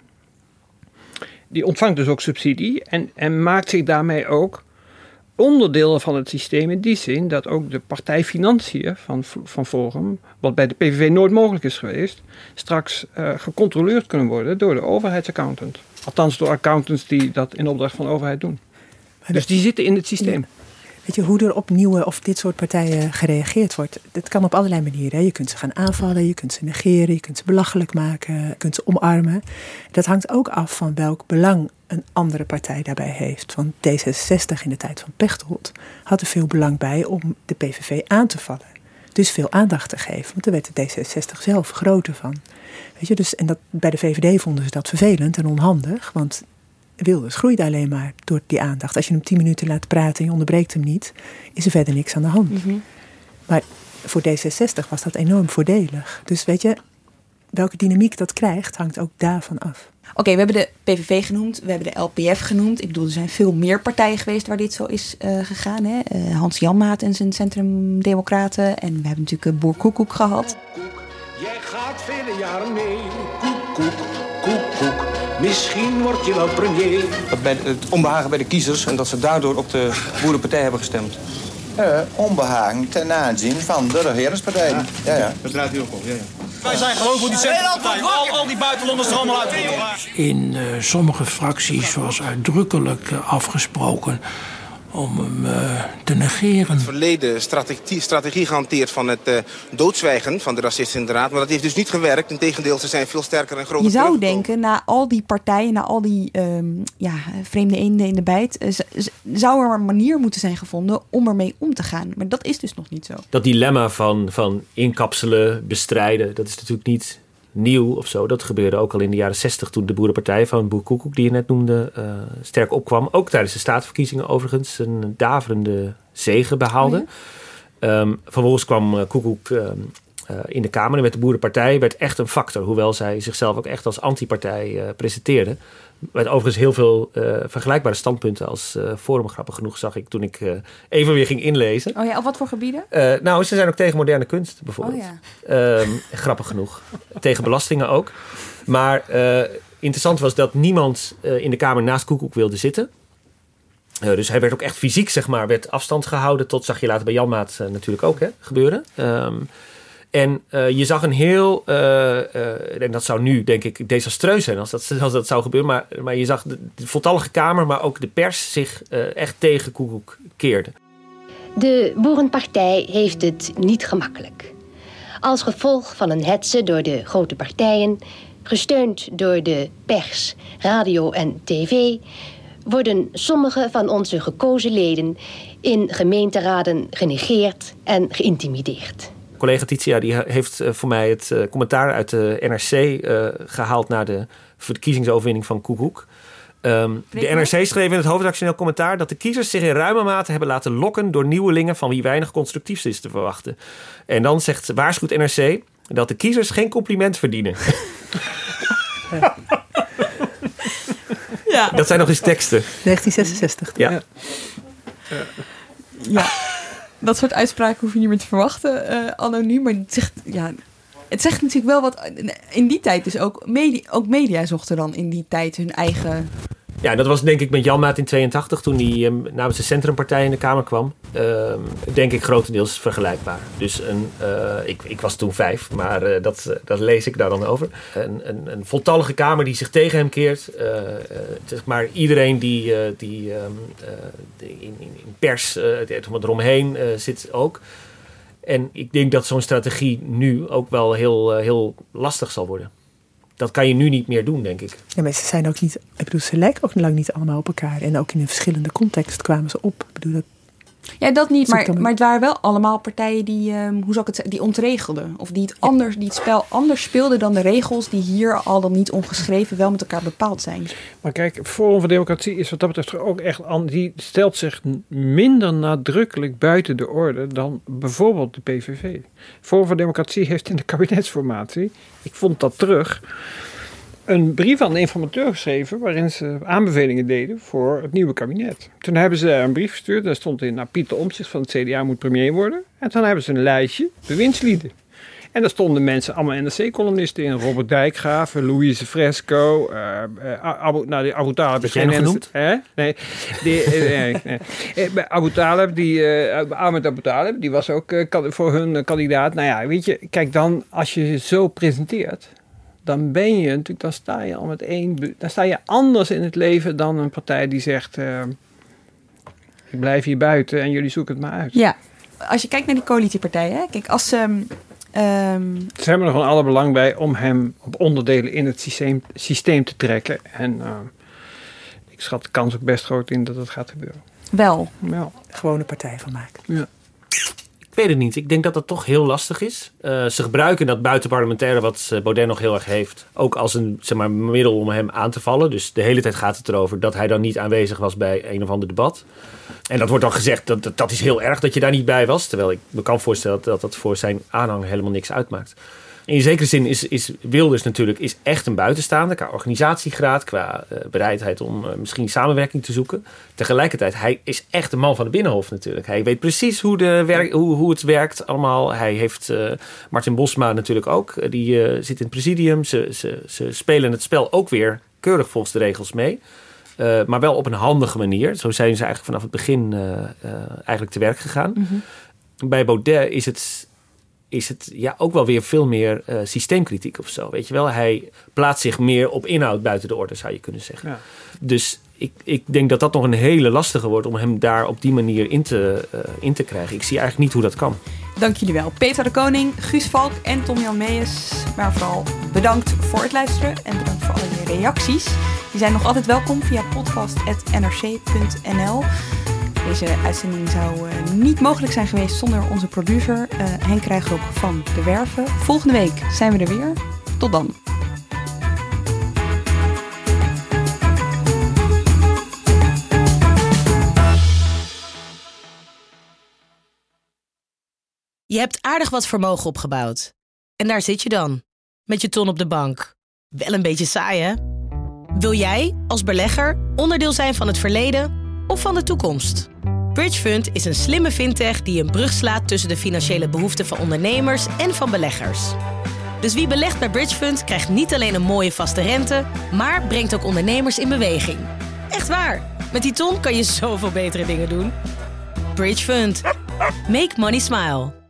Die ontvangt dus ook subsidie en, en maakt zich daarmee ook onderdeel van het systeem in die zin dat ook de partijfinanciën van, van Forum, wat bij de P V V nooit mogelijk is geweest, straks uh, gecontroleerd kunnen worden door de overheidsaccountant. Althans door accountants die dat in opdracht van de overheid doen. Dus die zitten in het systeem. Ja. Weet je, hoe er op nieuwe of dit soort partijen gereageerd wordt, dat kan op allerlei manieren. Hè. Je kunt ze gaan aanvallen, je kunt ze negeren, je kunt ze belachelijk maken, je kunt ze omarmen. Dat hangt ook af van welk belang een andere partij daarbij heeft. Want D zesenzestig in de tijd van Pechtold had er veel belang bij om de P V V aan te vallen. Dus veel aandacht te geven, want daar werd de D zesenzestig zelf groter van. Weet je, dus, en dat, bij de V V D vonden ze dat vervelend en onhandig, want Wilders groeit alleen maar door die aandacht. Als je hem tien minuten laat praten en je onderbreekt hem niet, is er verder niks aan de hand. Mm-hmm. Maar voor D zesenzestig was dat enorm voordelig. Dus weet je, welke dynamiek dat krijgt, hangt ook daarvan af. Oké, okay, we hebben de P V V genoemd, we hebben de L P F genoemd. Ik bedoel, er zijn veel meer partijen geweest waar dit zo is uh, gegaan. Hè? Uh, Hans Janmaat en zijn Centrum Democraten. En we hebben natuurlijk uh, Boer Koekoek gehad. Koek, jij gaat vele jaren mee. Koek, koek, koek, koek. Misschien word je wel premier. Bij het onbehagen bij de kiezers en dat ze daardoor op de Boerenpartij hebben gestemd. Uh, onbehagen ten aanzien van de regeringspartij. Ja, ja, ja. Dat draait u ook op. Ja, ja. Wij zijn gewoon voor die centrumpartij. Al, al die buitenlanders er allemaal uit. In uh, sommige fracties was uitdrukkelijk uh, afgesproken om hem uh, te negeren. Het verleden strategie, strategie gehanteerd van het uh, doodzwijgen van de racisten in de raad. Maar dat heeft dus niet gewerkt. Integendeel, ze zijn veel sterker en groter. Je zou denken, na al die partijen, na al die um, ja, vreemde eenden in de bijt, uh, z- zou er een manier moeten zijn gevonden om ermee om te gaan. Maar dat is dus nog niet zo. Dat dilemma van, van inkapselen, bestrijden, dat is natuurlijk niet nieuw of zo. Dat gebeurde ook al in de jaren zestig toen de Boerenpartij van Boer Koekoek, die je net noemde, uh, sterk opkwam. Ook tijdens de staatsverkiezingen overigens een daverende zege behaalde. Oh ja? um, vervolgens kwam uh, Koekoek uh, uh, in de Kamer en met de Boerenpartij werd echt een factor. Hoewel zij zichzelf ook echt als antipartij uh, presenteerde. Met overigens heel veel uh, vergelijkbare standpunten als uh, Forum, grappig genoeg, zag ik toen ik uh, even weer ging inlezen. Oh ja, op wat voor gebieden? Uh, nou, ze zijn ook tegen moderne kunst bijvoorbeeld. Oh ja. Um, grappig genoeg. Tegen belastingen ook. Maar uh, interessant was dat niemand uh, in de Kamer naast Koekoek wilde zitten. Uh, dus hij werd ook echt fysiek, zeg maar, werd afstand gehouden. Tot, zag je later bij Janmaat uh, natuurlijk ook hè, gebeuren. Um, En uh, je zag een heel, uh, uh, en dat zou nu denk ik desastreus zijn als dat, als dat zou gebeuren, maar, maar je zag de, de voltallige Kamer, maar ook de pers zich uh, echt tegen Koekoek keerde. De Boerenpartij heeft het niet gemakkelijk. Als gevolg van een hetze door de grote partijen, gesteund door de pers, radio en tv, worden sommige van onze gekozen leden in gemeenteraden genegeerd en geïntimideerd. Collega Titia die heeft voor mij het commentaar uit de N R C uh, gehaald naar de verkiezingsoverwinning van Koekoek. Um, de N R C schreef in het hoofdredactioneel commentaar dat de kiezers zich in ruime mate hebben laten lokken door nieuwelingen van wie weinig constructiefs is te verwachten. En dan zegt waarschuwt N R C dat de kiezers geen compliment verdienen. Ja. Dat zijn nog eens teksten. negentien zesenzestig. Ja. Ja. ja. Dat soort uitspraken hoef je niet meer te verwachten, uh, anno nu. Maar het zegt, ja, het zegt natuurlijk wel wat. In die tijd dus ook media, ook media zochten dan in die tijd hun eigen... Ja, dat was denk ik met Janmaat in tweeëntachtig toen hij um, namens de Centrumpartij in de Kamer kwam. Uh, denk ik grotendeels vergelijkbaar. Dus een, uh, ik, ik was toen vijf, maar uh, dat, uh, dat lees ik daar dan over. Een, een, een voltallige Kamer die zich tegen hem keert. Uh, uh, zeg maar iedereen die, uh, die um, uh, in, in, in pers uh, eromheen uh, zit ook. En ik denk dat zo'n strategie nu ook wel heel, uh, heel lastig zal worden. Dat kan je nu niet meer doen, denk ik. Ja, maar ze zijn ook niet... Ik bedoel, ze lijken ook lang niet allemaal op elkaar. En ook in een verschillende context kwamen ze op. Ik bedoel, dat... Ja, dat niet. Maar, maar het waren wel allemaal partijen die, um, hoe zou ik het zeggen, die ontregelden. Of die het, anders, die het spel anders speelden dan de regels die hier al dan niet ongeschreven wel met elkaar bepaald zijn. Maar kijk, Forum voor Democratie is wat dat betreft ook echt... Die stelt zich minder nadrukkelijk buiten de orde dan bijvoorbeeld de P V V. Forum voor Democratie heeft in de kabinetsformatie, ik vond dat terug, een brief aan de informateur geschreven waarin ze aanbevelingen deden voor het nieuwe kabinet. Toen hebben ze een brief gestuurd, daar stond in, nou, Pieter Omtzigt van het C D A moet premier worden. En toen hebben ze een lijstje bewindslieden. En daar stonden mensen, allemaal N R C-columnisten in. Robert Dijkgraaf, Louise Fresco, uh, uh, Abu, nou, die Abu Talib. Heb jij nog genoemd? Hè? Nee, die, uh, nee, nee. Uh, Abu Talib, die, uh, Ahmed Abu Talib, die was ook uh, voor hun uh, kandidaat. Nou ja, weet je, kijk dan, als je je zo presenteert, dan ben je natuurlijk, dan sta je al met één, dan sta je anders in het leven dan een partij die zegt, uh, ik blijf hier buiten en jullie zoeken het maar uit. Ja, als je kijkt naar die coalitiepartijen, hè, kijk, als ze... Um, um... Ze hebben er gewoon alle belang bij om hem op onderdelen in het systeem, systeem te trekken. En uh, ik schat de kans ook best groot in dat dat gaat gebeuren. Wel. Wel. Gewone partij van maken. Ja. Ik weet het niet. Ik denk dat dat toch heel lastig is. Uh, ze gebruiken dat buitenparlementaire wat Baudet nog heel erg heeft, ook als een, zeg maar, middel om hem aan te vallen. Dus de hele tijd gaat het erover dat hij dan niet aanwezig was bij een of ander debat. En dat wordt dan gezegd, dat, dat, dat is heel erg dat je daar niet bij was. Terwijl ik me kan voorstellen dat dat voor zijn aanhang helemaal niks uitmaakt. In zekere zin is, is Wilders natuurlijk is echt een buitenstaander qua organisatiegraad, qua uh, bereidheid om uh, misschien samenwerking te zoeken. Tegelijkertijd, hij is echt een man van de Binnenhof natuurlijk. Hij weet precies hoe, de werk, hoe, hoe het werkt allemaal. Hij heeft uh, Martin Bosma natuurlijk ook. Die uh, zit in het presidium. Ze, ze, ze spelen het spel ook weer keurig volgens de regels mee. Uh, maar wel op een handige manier. Zo zijn ze eigenlijk vanaf het begin uh, uh, eigenlijk te werk gegaan. Mm-hmm. Bij Baudet is het... is het ja, ook wel weer veel meer uh, systeemkritiek of zo. Weet je wel, hij plaatst zich meer op inhoud buiten de orde, zou je kunnen zeggen. Ja. Dus ik, ik denk dat dat nog een hele lastige wordt om hem daar op die manier in te, uh, in te krijgen. Ik zie eigenlijk niet hoe dat kan. Dank jullie wel. Peter de Koning, Guus Valk en Tom-Jan Meijers. Maar vooral bedankt voor het luisteren en bedankt voor alle je reacties. Die zijn nog altijd welkom via podcast punt n r c punt n l. Deze uitzending zou uh, niet mogelijk zijn geweest zonder onze producer uh, Henk Krijgrok van De Werven. Volgende week zijn we er weer. Tot dan. Je hebt aardig wat vermogen opgebouwd. En daar zit je dan, met je ton op de bank. Wel een beetje saai, hè? Wil jij, als belegger, onderdeel zijn van het verleden of van de toekomst? Bridgefund is een slimme fintech die een brug slaat tussen de financiële behoeften van ondernemers en van beleggers. Dus wie belegt bij Bridgefund krijgt niet alleen een mooie vaste rente, maar brengt ook ondernemers in beweging. Echt waar, met die ton kan je zoveel betere dingen doen. Bridgefund. Make money smile.